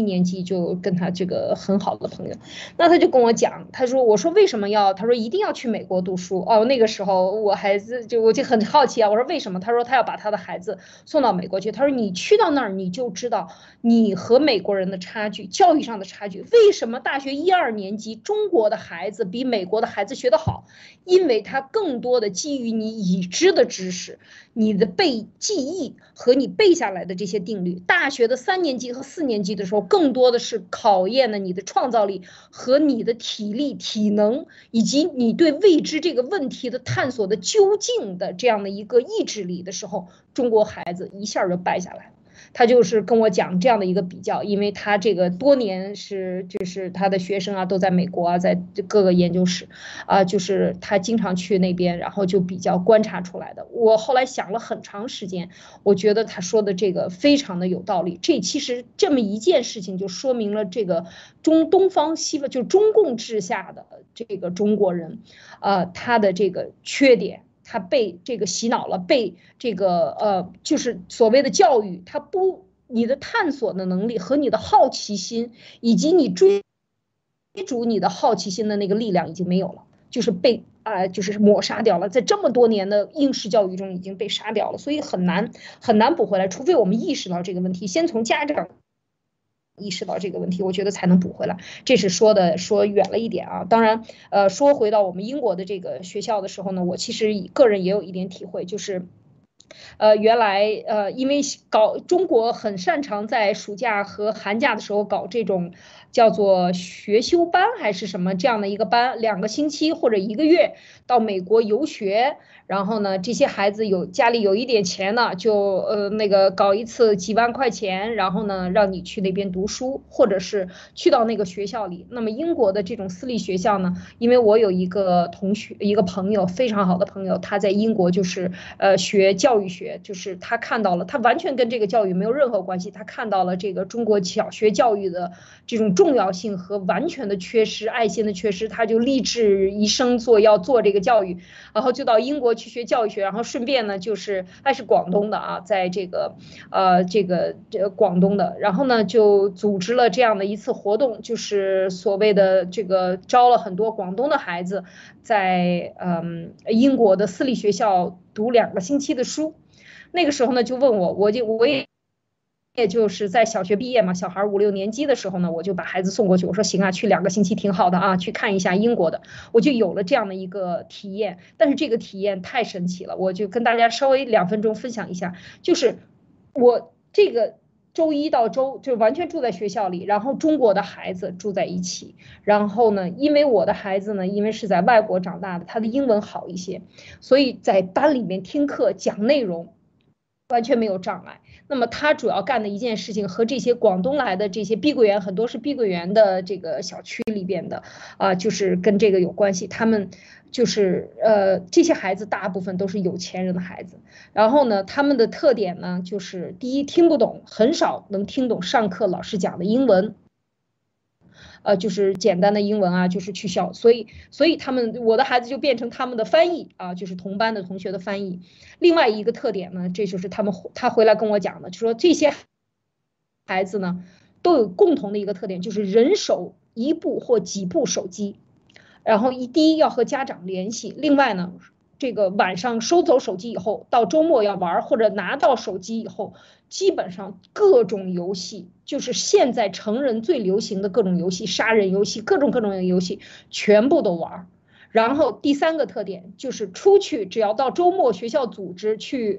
年级就跟他这个很好的朋友，那他就跟我讲，他说我说为什么要，他说一定要去美国读书哦，那个时候我就很好奇啊，我说为什么？他说他要把他的孩子送到美国去，他说你去到那儿你就知道你和美国人的差距，教育上的差距，为什么大学1、2年级中国的孩子比美国的孩子学得好？因为他更多的基于你已知的知识，你的记忆和你背下来的这些定律。大学的3年级和4年级的时候，更多的是考验了你的创造力和你的体力、体能，以及你对未知这个问题的探索的究竟的这样的一个意志力的时候，中国孩子一下就败下来了。他就是跟我讲这样的一个比较，因为他这个多年就是他的学生啊都在美国啊，在各个研究室啊，就是他经常去那边，然后就比较观察出来的。我后来想了很长时间，我觉得他说的这个非常的有道理。这其实这么一件事情就说明了这个东方西方就中共治下的这个中国人，他的这个缺点。他被这个洗脑了，被这个就是所谓的教育，你的探索的能力和你的好奇心，以及你追逐你的好奇心的那个力量已经没有了，就是被就是抹杀掉了，在这么多年的应试教育中已经被杀掉了，所以很难补回来，除非我们意识到这个问题，先从家长意识到这个问题，我觉得才能补回来。这是说远了一点啊。当然，说回到我们英国的这个学校的时候呢，我其实个人也有一点体会，就是原来因为中国很擅长在暑假和寒假的时候搞这种叫做学修班还是什么这样的一个班，2个星期或者1个月到美国游学。然后呢，这些孩子家里有一点钱呢，就那个搞一次几万块钱，然后呢让你去那边读书，或者是去到那个学校里。那么英国的这种私立学校呢，因为我有一个朋友非常好的朋友，他在英国就是学教育学，就是他看到了，他完全跟这个教育没有任何关系，他看到了这个中国小学教育的这种重要性和完全的缺失，爱心的缺失，他就立志一生要做这个教育，然后就到英国去学教育学，然后顺便呢就是他是广东的啊，在这个广东的，然后呢就组织了这样的一次活动，就是所谓的这个招了很多广东的孩子在英国的私立学校读2个星期的书。那个时候呢就问我也就是在小学毕业嘛，小孩5、6年级的时候呢，我就把孩子送过去。我说行啊，去2个星期挺好的啊，去看一下英国的。我就有了这样的一个体验，但是这个体验太神奇了，我就跟大家稍微2分钟分享一下。就是我这个周1到周就完全住在学校里，然后中国的孩子住在一起。然后呢，因为我的孩子呢，因为是在外国长大的，他的英文好一些，所以在班里面听课讲内容完全没有障碍。那么他主要干的一件事情和这些广东来的这些碧桂园，很多是碧桂园的这个小区里边的就是跟这个有关系。他们就是这些孩子大部分都是有钱人的孩子。然后呢，他们的特点呢，就是第一听不懂，很少能听懂上课老师讲的英文。就是简单的英文啊，就是去所以我的孩子就变成他们的翻译啊，就是同班的同学的翻译。另外一个特点呢，这就是他回来跟我讲的，就说这些孩子呢都有共同的一个特点，就是人手1部或几部手机，然后第一要和家长联系，另外呢，这个晚上收走手机以后，到周末要玩或者拿到手机以后，基本上各种游戏，就是现在成人最流行的各种游戏，杀人游戏，各种的游戏，全部都玩。然后第3个特点就是出去，只要到周末学校组织去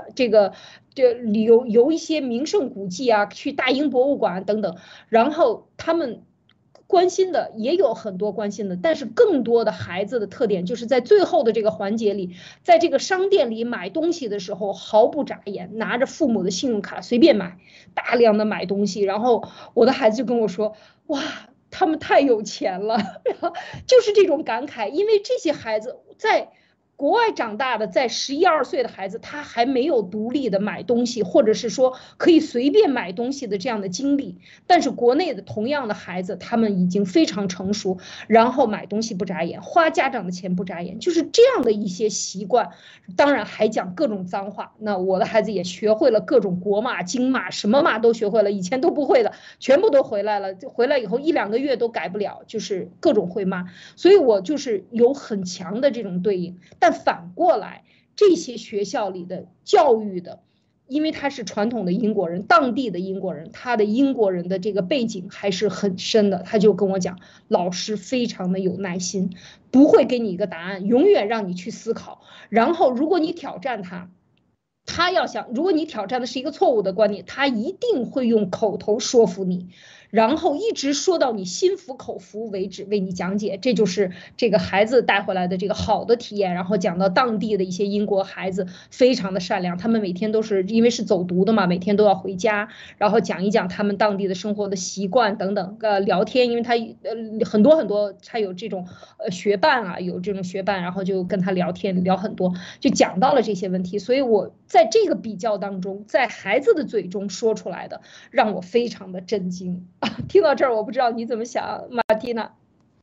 游一些名胜古迹啊，去大英博物馆等等，然后他们关心的也有很多关心的，但是更多的孩子的特点就是在最后的这个环节里，在这个商店里买东西的时候毫不眨眼，拿着父母的信用卡随便买，大量的买东西。然后我的孩子就跟我说，哇，他们太有钱了，就是这种感慨。因为这些孩子在国外长大的，在11、12岁的孩子，他还没有独立的买东西，或者是说可以随便买东西的这样的经历。但是国内的同样的孩子，他们已经非常成熟，然后买东西不眨眼，花家长的钱不眨眼，就是这样的一些习惯。当然还讲各种脏话，那我的孩子也学会了各种国骂、京骂，什么骂都学会了，以前都不会的，全部都回来了。回来以后1、2个月都改不了，就是各种会骂。所以我就是有很强的这种对应。但反过来，这些学校里的教育的，因为他是传统的英国人，当地的英国人，他的英国人的这个背景还是很深的。他就跟我讲，老师非常的有耐心，不会给你一个答案，永远让你去思考。然后如果你挑战他，他要想，如果你挑战的是一个错误的观点，他一定会用口头说服你，然后一直说到你心服口服为止，为你讲解。这就是这个孩子带回来的这个好的体验。然后讲到当地的一些英国孩子非常的善良，他们每天都是因为是走读的嘛，每天都要回家，然后讲一讲他们当地的生活的习惯等等，聊天，因为他很多他有这种学伴啊，有这种学伴，然后就跟他聊天聊很多，就讲到了这些问题。所以我在这个比较当中，在孩子的嘴中说出来的，让我非常的震惊。听到这儿，我不知道你怎么想，马蒂娜。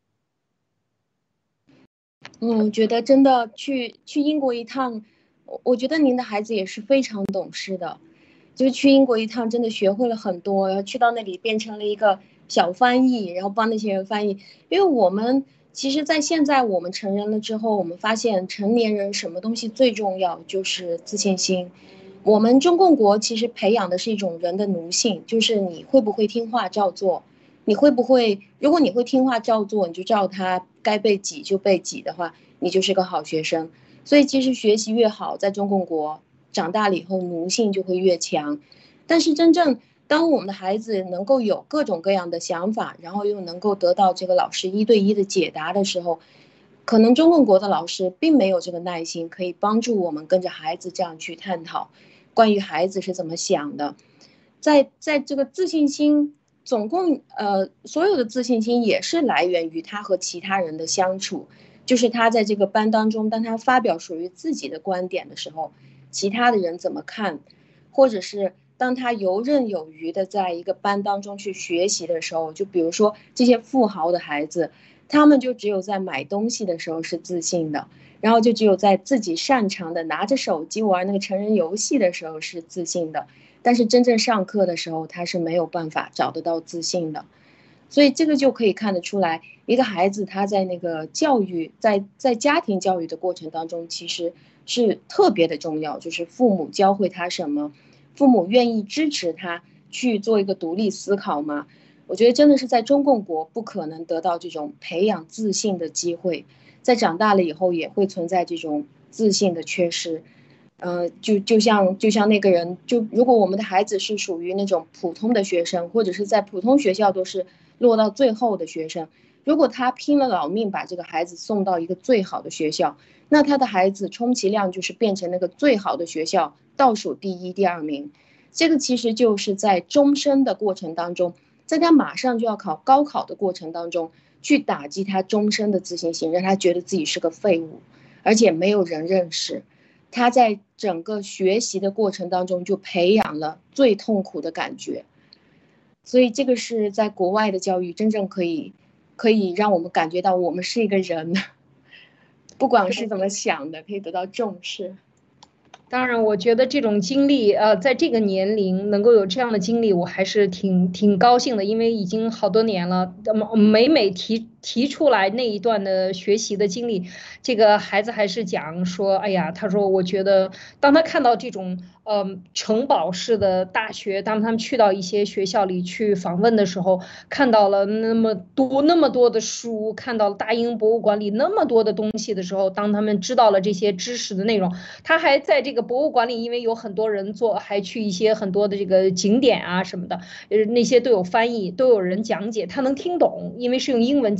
我觉得真的去英国一趟，我觉得您的孩子也是非常懂事的，就是去英国一趟真的学会了很多，然后去到那里变成了一个小翻译，然后帮那些人翻译。因为我们其实在现在我们成人了之后，我们发现成年人什么东西最重要就是自信心。我们中共国其实培养的是一种人的奴性，就是你会不会听话照做，你会不会，如果你会听话照做，你就照他该背几就背几的话，你就是个好学生。所以其实学习越好，在中共国长大了以后奴性就会越强。但是真正当我们的孩子能够有各种各样的想法，然后又能够得到这个老师1对1的解答的时候，可能中共国的老师并没有这个耐心，可以帮助我们跟着孩子这样去探讨关于孩子是怎么想的。在这个自信心，总共所有的自信心也是来源于他和其他人的相处，就是他在这个班当中，当他发表属于自己的观点的时候，其他的人怎么看，或者是当他游刃有余的在一个班当中去学习的时候，就比如说这些富豪的孩子，他们就只有在买东西的时候是自信的，然后就只有在自己擅长的拿着手机玩那个成人游戏的时候是自信的，但是真正上课的时候他是没有办法找得到自信的。所以这个就可以看得出来，一个孩子他在那个教育，在家庭教育的过程当中，其实是特别的重要，就是父母教会他什么，父母愿意支持他去做一个独立思考吗？我觉得真的是在中共国不可能得到这种培养自信的机会，在长大了以后也会存在这种自信的缺失。就像那个人，就如果我们的孩子是属于那种普通的学生，或者是在普通学校都是落到最后的学生，如果他拼了老命把这个孩子送到一个最好的学校，那他的孩子充其量就是变成那个最好的学校倒数第1、第2名。这个其实就是在终身的过程当中，在他马上就要考高考的过程当中，去打击他终身的自信心，让他觉得自己是个废物，而且没有人认识。他在整个学习的过程当中就培养了最痛苦的感觉。所以这个是在国外的教育真正可以让我们感觉到我们是一个人，不管是怎么想的可以得到重视。 当然，我觉得这种经历，在这个年龄能够有这样的经历，我还是挺高兴的，因为已经好多年了。每提出来那一段的学习的经历，这个孩子还是讲说，哎呀，他说我觉得，当他看到这种城堡式的大学，当他们去到一些学校里去访问的时候，看到了那么多的书，看到了大英博物馆里那么多的东西的时候，当他们知道了这些知识的内容，他还在这个博物馆里，因为有很多人做，还去一些很多的这个景点啊什么的，那些都有翻译，都有人讲解，他能听懂，因为是用英文讲。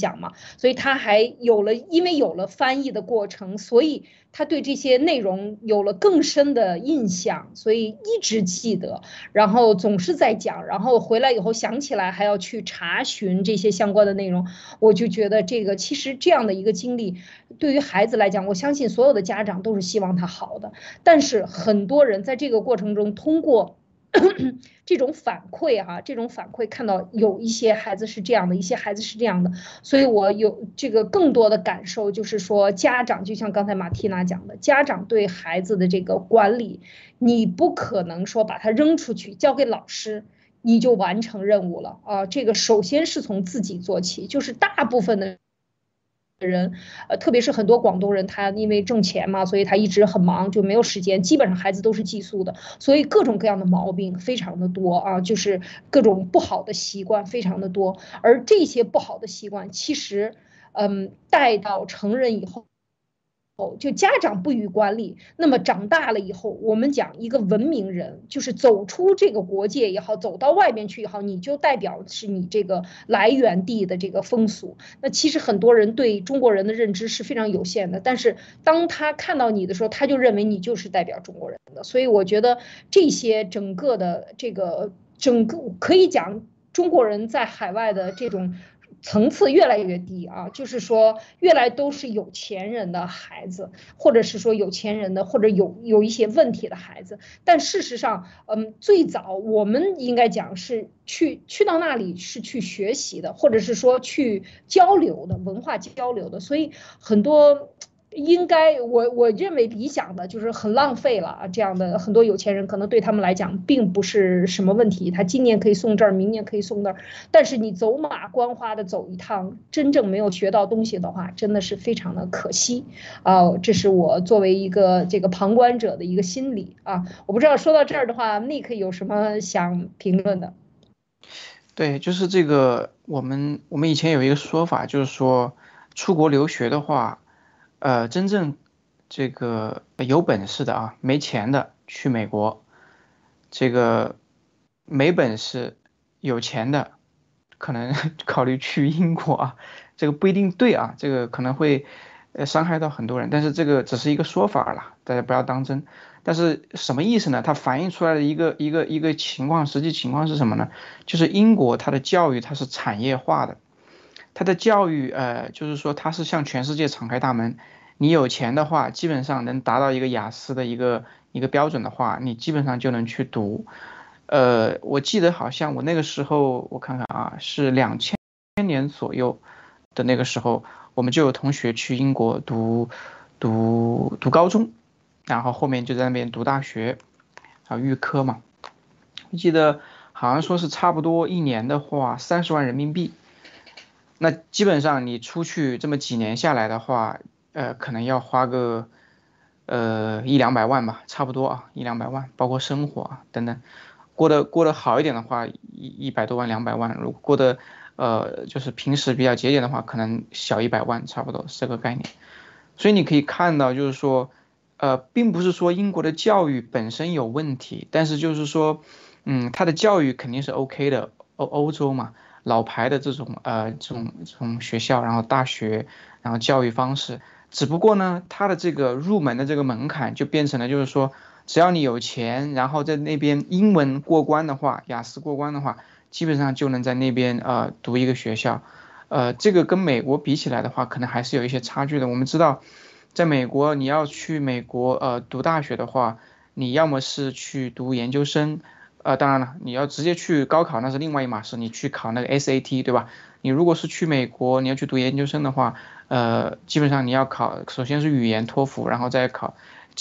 响嘛，所以他还有了，因为有了翻译的过程，所以他对这些内容有了更深的印象，所以一直记得，然后总是在讲，然后回来以后想起来还要去查询这些相关的内容。我就觉得这个其实这样的一个经历，对于孩子来讲，我相信所有的家长都是希望他好的，但是很多人在这个过程中通过这种反馈这种反馈看到有一些孩子是这样的，一些孩子是这样的，所以我有这个更多的感受，就是说家长就像刚才马蒂娜讲的，家长对孩子的这个管理，你不可能说把他扔出去交给老师。你就完成任务了啊！这个首先是从自己做起，就是大部分的人，特别是很多广东人，他因为挣钱嘛，所以他一直很忙，就没有时间。基本上孩子都是寄宿的，所以各种各样的毛病非常的多啊，就是各种不好的习惯非常的多。而这些不好的习惯，其实，带到成人以后。就家长不予管理，那么长大了以后，我们讲一个文明人，就是走出这个国界也好，走到外面去也好，你就代表是你这个来源地的这个风俗。那其实很多人对中国人的认知是非常有限的，但是当他看到你的时候，他就认为你就是代表中国人的。所以我觉得这些整个的这个整个可以讲中国人在海外的这种。层次越来越低啊，就是说越来都是有钱人的孩子，或者是说有钱人的，或者有一些问题的孩子。但事实上，最早我们应该讲是去到那里是去学习的，或者是说去交流的，文化交流的。所以很多。应该我认为理想的就是很浪费了啊，这样的很多有钱人可能对他们来讲并不是什么问题，他今年可以送这儿，明年可以送那儿，但是你走马观花的走一趟，真正没有学到东西的话，真的是非常的可惜啊。这是我作为一个这个旁观者的一个心理啊。我不知道说到这儿的话，Nick 有什么想评论的？ 对，就是这个，我们以前有一个说法，就是说出国留学的话，真正这个有本事的啊，没钱的去美国，这个没本事有钱的可能考虑去英国啊，这个不一定对啊，这个可能会伤害到很多人，但是这个只是一个说法啦，大家不要当真。但是什么意思呢？它反映出来的一个情况，实际情况是什么呢？就是英国它的教育它是产业化的，它的教育就是说它是向全世界敞开大门。你有钱的话，基本上能达到一个雅思的一个标准的话，你基本上就能去读。我记得好像我那个时候我看看啊，是2000年左右的那个时候，我们就有同学去英国读高中，然后后面就在那边读大学，还有预科嘛。我记得好像说是差不多一年的话30万人民币，那基本上你出去这么几年下来的话，可能要花个一两百万吧，差不多啊，一两百万，包括生活啊等等，过得好一点的话，100多万200万，如果过得就是平时比较节俭的话，可能小100万，差不多是这个概念。所以你可以看到，就是说，并不是说英国的教育本身有问题，但是就是说，它的教育肯定是 OK 的，欧洲嘛，老牌的这种学校，然后大学，然后教育方式，只不过呢，它的这个入门的这个门槛就变成了，就是说，只要你有钱，然后在那边英文过关的话，雅思过关的话，基本上就能在那边读一个学校。这个跟美国比起来的话，可能还是有一些差距的。我们知道，在美国你要去美国读大学的话，你要么是去读研究生，当然了，你要直接去高考那是另外一码事，你去考那个 SAT 对吧？你如果是去美国，你要去读研究生的话，基本上你要考，首先是语言托福，然后再考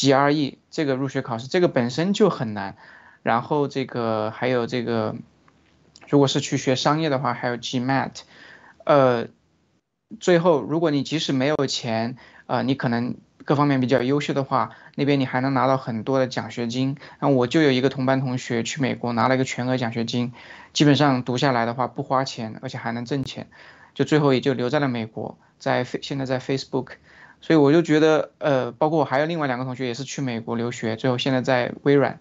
GRE 这个入学考试，这个本身就很难。然后这个还有这个，如果是去学商业的话，还有 GMAT。最后如果你即使没有钱，你可能各方面比较优秀的话，那边你还能拿到很多的奖学金。然后我就有一个同班同学去美国拿了一个全额奖学金，基本上读下来的话不花钱，而且还能挣钱，就最后也就留在了美国，现在在 Facebook。所以我就觉得，包括我还有另外2个同学也是去美国留学，最后现在在微软。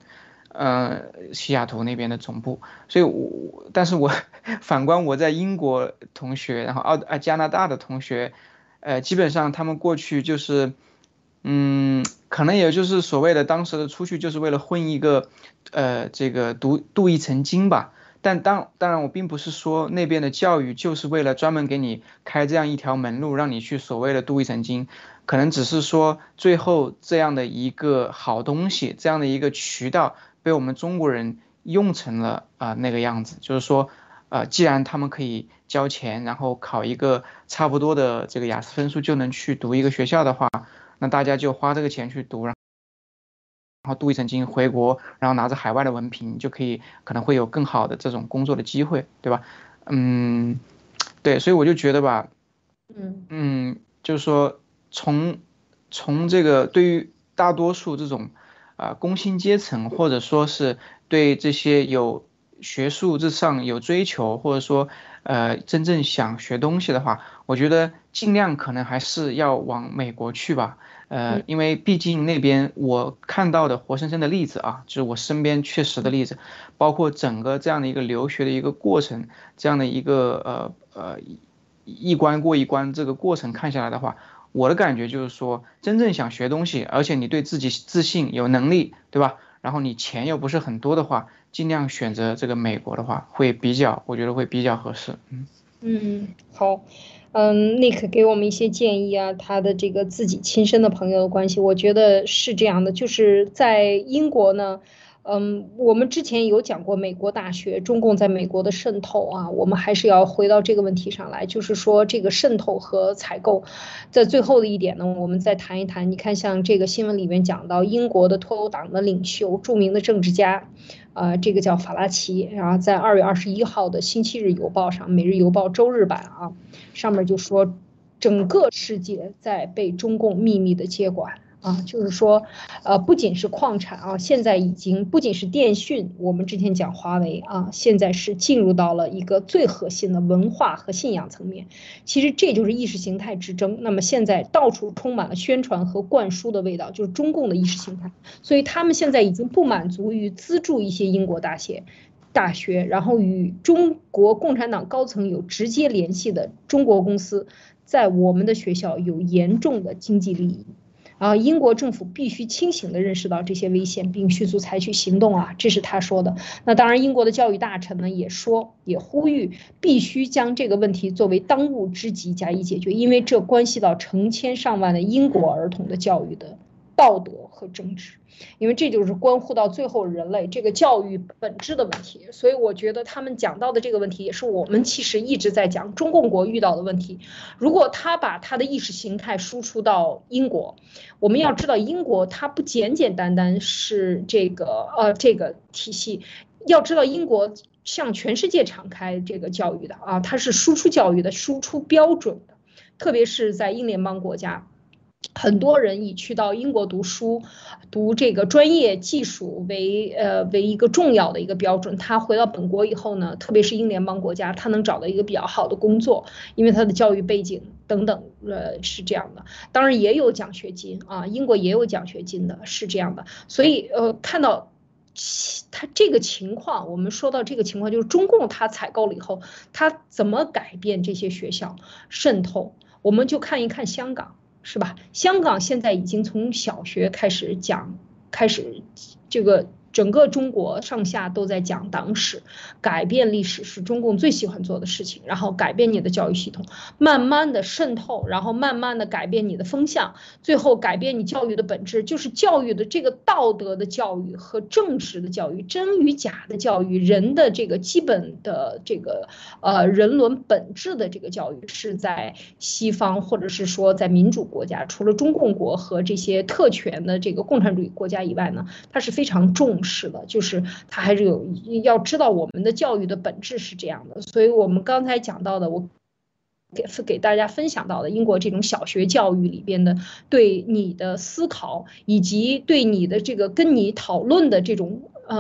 西雅图那边的总部。所以但是我反观我在英国同学，然后加拿大的同学，基本上他们过去就是，可能也就是所谓的当时的出去就是为了混一个，这个镀一层金吧。但当然，我并不是说那边的教育就是为了专门给你开这样一条门路，让你去所谓的镀一层金，可能只是说最后这样的一个好东西，这样的一个渠道被我们中国人用成了那个样子，就是说，既然他们可以交钱，然后考一个差不多的这个雅思分数就能去读一个学校的话，那大家就花这个钱去读，然后镀一层金回国，然后拿着海外的文凭，就可能会有更好的这种工作的机会，对吧？嗯，对，所以我就觉得吧，就是说从这个对于大多数这种工薪阶层，或者说是对这些有学术之上有追求，或者说真正想学东西的话，我觉得尽量可能还是要往美国去吧。因为毕竟那边我看到的活生生的例子啊，就是我身边确实的例子，包括整个这样的一个留学的一个过程，这样的一个一关过一关这个过程看下来的话，我的感觉就是说，真正想学东西，而且你对自己自信有能力，对吧？然后你钱又不是很多的话，尽量选择这个美国的话，我觉得会比较合适。 好。Nick 给我们一些建议啊，他的这个自己亲身的朋友的关系，我觉得是这样的，就是在英国呢，我们之前有讲过美国大学，中共在美国的渗透啊，我们还是要回到这个问题上来，就是说这个渗透和采购，在最后的一点呢，我们再谈一谈。你看，像这个新闻里面讲到，英国的脱欧党的领袖，著名的政治家。这个叫法拉奇，然后在2月21号的《星期日邮报》上，《每日邮报》周日版啊，上面就说，整个世界在被中共秘密的接管。就是说，不仅是矿产啊，现在已经不仅是电讯，我们之前讲华为啊，现在是进入到了一个最核心的文化和信仰层面。其实这就是意识形态之争。那么现在到处充满了宣传和灌输的味道，就是中共的意识形态。所以他们现在已经不满足于资助一些英国大学，然后与中国共产党高层有直接联系的中国公司，在我们的学校有严重的经济利益。英国政府必须清醒地认识到这些危险，并迅速采取行动啊，这是他说的。那当然，英国的教育大臣呢也呼吁必须将这个问题作为当务之急加以解决，因为这关系到成千上万的英国儿童的教育的道德和政治。因为这就是关乎到最后人类这个教育本质的问题，所以我觉得他们讲到的这个问题，也是我们其实一直在讲中共国遇到的问题。如果他把他的意识形态输出到英国，我们要知道英国它不简简单单是这个体系，要知道英国向全世界敞开这个教育的啊，它是输出教育的，输出标准的，特别是在英联邦国家。很多人以去到英国读书、读这个专业技术为一个重要的一个标准。他回到本国以后呢，特别是英联邦国家，他能找到一个比较好的工作，因为他的教育背景等等，是这样的。当然也有奖学金啊，英国也有奖学金的，是这样的。所以看到他这个情况，我们说到这个情况，就是中共他采购了以后，他怎么改变这些学校渗透？我们就看一看香港。是吧？香港现在已经从小学开始这个整个中国上下都在讲党史，改变历史是中共最喜欢做的事情。然后改变你的教育系统，慢慢的渗透，然后慢慢的改变你的风向，最后改变你教育的本质，就是教育的这个道德的教育和正直的教育，真与假的教育，人的这个基本的这个人伦本质的这个教育，是在西方或者是说在民主国家，除了中共国和这些特权的这个共产主义国家以外呢，它是非常重视的，就是它还是要知道我们的教育的本质是这样的。所以我们刚才讲到的，我给大家分享到的英国这种小学教育里边的对你的思考，以及对你的这个跟你讨论的这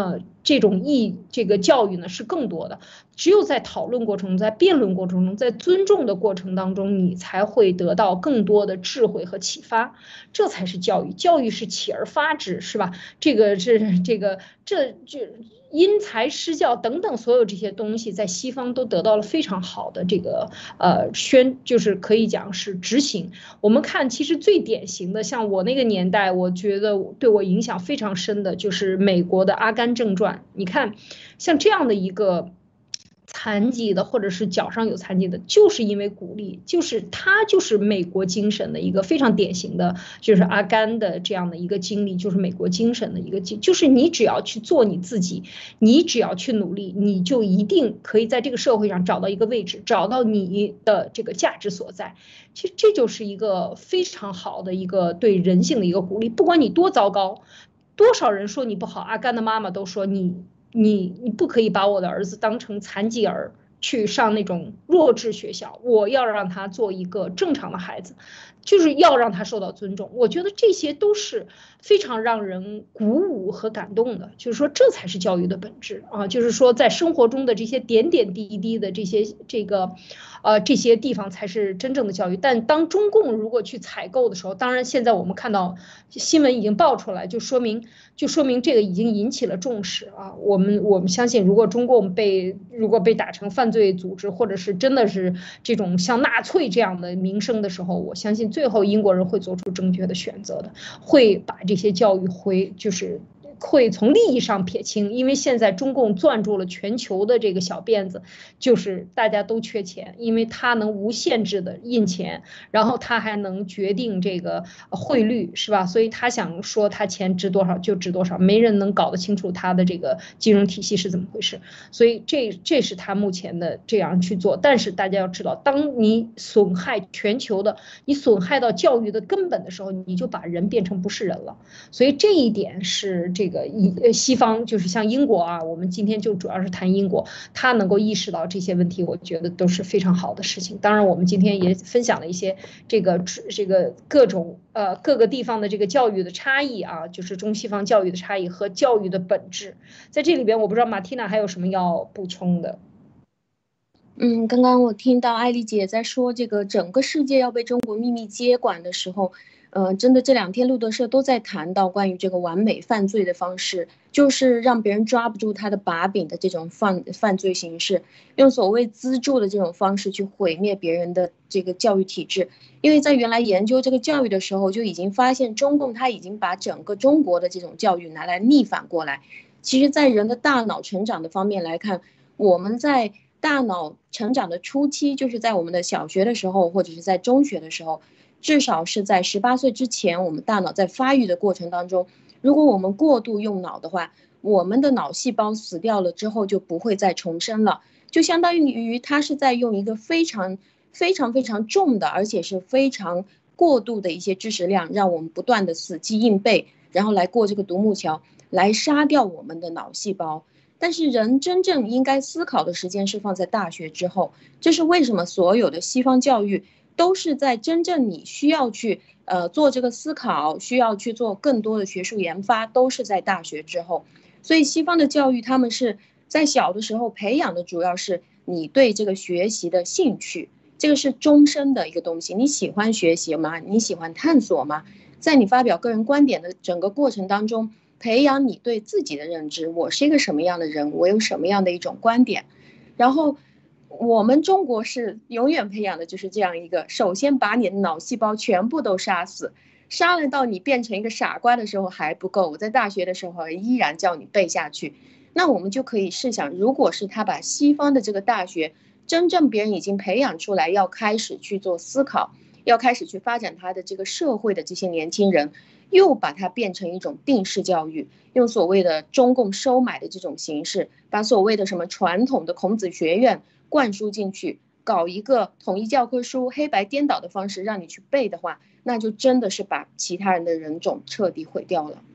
这种这个教育呢是更多的。只有在讨论过程中，在辩论过程中，在尊重的过程当中，你才会得到更多的智慧和启发，这才是教育。教育是起而发之，是吧？这就因材施教等等所有这些东西，在西方都得到了非常好的这个就是可以讲是执行。我们看，其实最典型的，像我那个年代，我觉得对我影响非常深的就是美国的《阿甘正传》。你看，像这样的一个残疾的，或者是脚上有残疾的，就是因为鼓励，他就是美国精神的一个非常典型的，就是阿甘的这样的一个经历，就是美国精神的一个就是你只要去做你自己，你只要去努力，你就一定可以在这个社会上找到一个位置，找到你的这个价值所在。其实这就是一个非常好的一个对人性的一个鼓励，不管你多糟糕，多少人说你不好，阿甘的妈妈都说你不可以把我的儿子当成残疾儿去上那种弱智学校，我要让他做一个正常的孩子，就是要让他受到尊重。我觉得这些都是非常让人鼓舞和感动的，就是说这才是教育的本质啊，就是说在生活中的这些点点滴滴的这些地方才是真正的教育。但当中共如果去采购的时候，当然现在我们看到新闻已经爆出来，就说明这个已经引起了重视啊。我们相信，如果中共如果被打成犯罪组织，或者是真的是这种像纳粹这样的名声的时候，我相信最后英国人会做出正确的选择的，会把这些教育会从利益上撇清，因为现在中共攥住了全球的这个小辫子，就是大家都缺钱，因为他能无限制的印钱，然后他还能决定这个汇率，是吧？所以他想说他钱值多少就值多少，没人能搞得清楚他的这个金融体系是怎么回事。所以这是他目前的这样去做。但是大家要知道，当你损害全球的，你损害到教育的根本的时候，你就把人变成不是人了。所以这一点是这个西方，就是像英国啊，我们今天就主要是谈英国，他能够意识到这些问题，我觉得都是非常好的事情。当然，我们今天也分享了一些这个各种各个地方的这个教育的差异啊，就是中西方教育的差异和教育的本质。在这里边，我不知道马蒂娜还有什么要补充的。 刚刚我听到艾丽姐在说这个整个世界要被中国秘密接管的时候，真的这2天路德社都在谈到关于这个完美犯罪的方式，就是让别人抓不住他的把柄的这种犯罪形式，用所谓资助的这种方式去毁灭别人的这个教育体制。因为在原来研究这个教育的时候，就已经发现中共他已经把整个中国的这种教育拿来逆反过来。其实在人的大脑成长的方面来看，我们在大脑成长的初期，就是在我们的小学的时候，或者是在中学的时候，至少是在18岁之前，我们大脑在发育的过程当中，如果我们过度用脑的话，我们的脑细胞死掉了之后就不会再重生了，就相当于它是在用一个非常非常非常重的，而且是非常过度的一些知识量，让我们不断的死记硬背，然后来过这个独木桥，来杀掉我们的脑细胞。但是人真正应该思考的时间是放在大学之后，这是为什么所有的西方教育都是在真正你需要去做这个思考，需要去做更多的学术研发，都是在大学之后。所以西方的教育他们是在小的时候培养的，主要是你对这个学习的兴趣，这个是终身的一个东西。你喜欢学习吗？你喜欢探索吗？在你发表个人观点的整个过程当中，培养你对自己的认知，我是一个什么样的人，我有什么样的一种观点。然后我们中国是永远培养的就是这样一个，首先把你的脑细胞全部都杀死，杀了到你变成一个傻瓜的时候还不够，我在大学的时候依然叫你背下去。那我们就可以试想，如果是他把西方的这个大学真正别人已经培养出来，要开始去做思考，要开始去发展他的这个社会的这些年轻人，又把它变成一种定式教育，用所谓的中共收买的这种形式，把所谓的什么传统的孔子学院灌输进去，搞一个统一教科书黑白颠倒的方式让你去背的话，那就真的是把其他人的人种彻底毁掉了。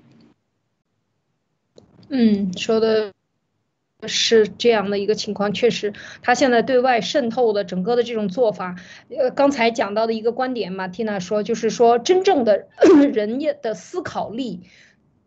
说的是这样的一个情况，确实，他现在对外渗透的整个的这种做法，刚才讲到的一个观点，马蒂娜说，就是说真正的人的思考力，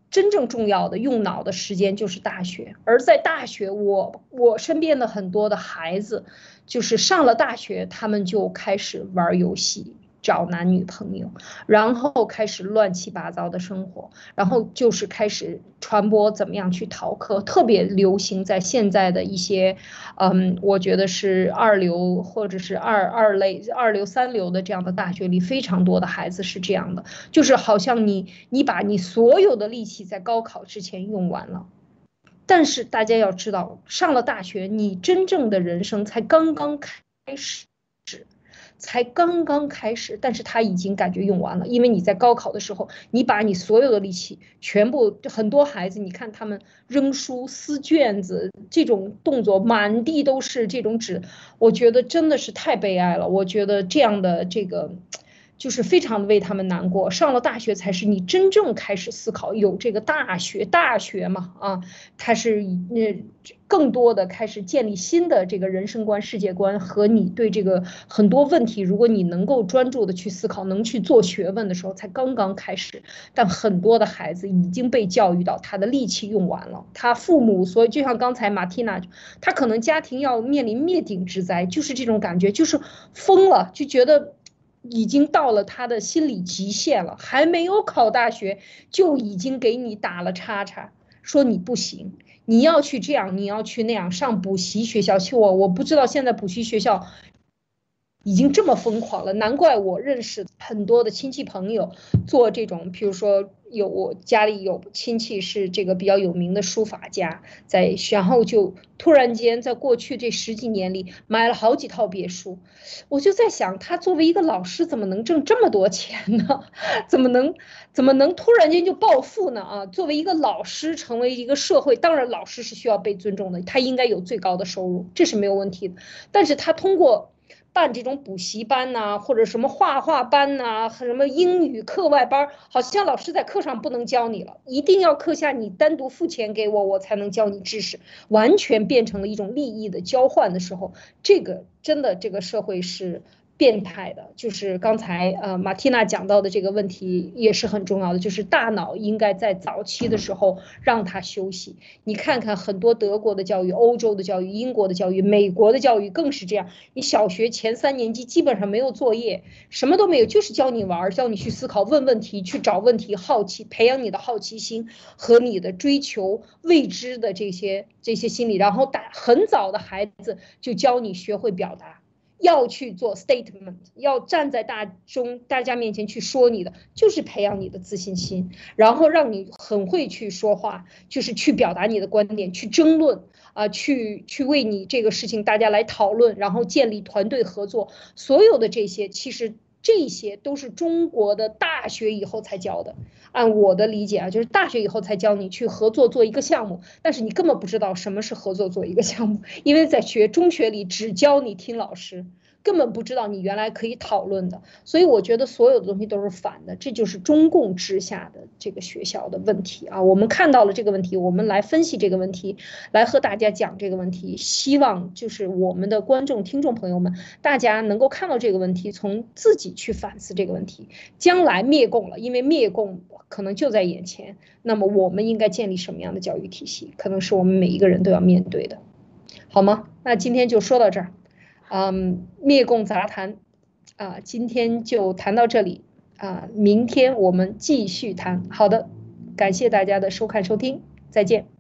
真正重要的用脑的时间就是大学，而在大学，我身边的很多的孩子，就是上了大学，他们就开始玩游戏。找男女朋友，然后开始乱七八糟的生活，然后就是开始传播怎么样去逃课，特别流行在现在的一些，我觉得是二流或者是二类、二流、三流的这样的大学里，非常多的孩子是这样的，就是好像你把你所有的力气在高考之前用完了。但是大家要知道，上了大学，你真正的人生才刚刚开始。才刚刚开始，但是他已经感觉用完了，因为你在高考的时候，你把你所有的力气全部，很多孩子，你看他们扔书、撕卷子这种动作，满地都是这种纸，我觉得真的是太悲哀了。我觉得这样的这个。就是非常的为他们难过，上了大学才是你真正开始思考，有这个大学嘛啊，它是更多的开始建立新的这个人生观、世界观和你对这个很多问题，如果你能够专注的去思考，能去做学问的时候，才刚刚开始。但很多的孩子已经被教育到他的力气用完了，他父母，所以就像刚才马蒂娜，他可能家庭要面临灭顶之灾，就是这种感觉，就是疯了，就觉得。已经到了他的心理极限了，还没有考大学就已经给你打了叉叉，说你不行，你要去这样，你要去那样，上补习学校去。我不知道现在补习学校已经这么疯狂了，难怪我认识很多的亲戚朋友做这种，比如说我家里有亲戚是这个比较有名的书法家，然后就突然间在过去这十几年里买了好几套别墅，我就在想，他作为一个老师怎么能挣这么多钱呢？怎么能突然间就暴富呢？啊，作为一个老师，成为一个社会，当然老师是需要被尊重的，他应该有最高的收入，这是没有问题的，但是他通过。办这种补习班呐、或者什么画画班呐、什么英语课外班，好像老师在课上不能教你了，一定要课下你单独付钱给我，我才能教你知识，完全变成了一种利益的交换的时候，这个真的这个社会是。变态的，就是刚才马蒂娜讲到的这个问题也是很重要的，就是大脑应该在早期的时候让它休息。你看看很多德国的教育、欧洲的教育、英国的教育、美国的教育更是这样。你小学前3年级基本上没有作业，什么都没有，就是教你玩，教你去思考、问问题、去找问题、好奇，培养你的好奇心和你的追求未知的这些心理。然后很早的孩子就教你学会表达。要去做 statement， 要站在大家面前去说你的，就是培养你的自信心，然后让你很会去说话，就是去表达你的观点，去争论去为你这个事情大家来讨论，然后建立团队合作，所有的这些其实。这些都是中国的大学以后才教的，按我的理解啊，就是大学以后才教你去合作做一个项目，但是你根本不知道什么是合作做一个项目，因为在中学里只教你听老师，根本不知道你原来可以讨论的，所以我觉得所有的东西都是反的，这就是中共之下的这个学校的问题啊。我们看到了这个问题，我们来分析这个问题，来和大家讲这个问题，希望就是我们的观众、听众朋友们，大家能够看到这个问题，从自己去反思这个问题。将来灭共了，因为灭共可能就在眼前，那么我们应该建立什么样的教育体系，可能是我们每一个人都要面对的，好吗？那今天就说到这儿。灭共杂谈今天就谈到这里明天我们继续谈。好的，感谢大家的收看收听，再见。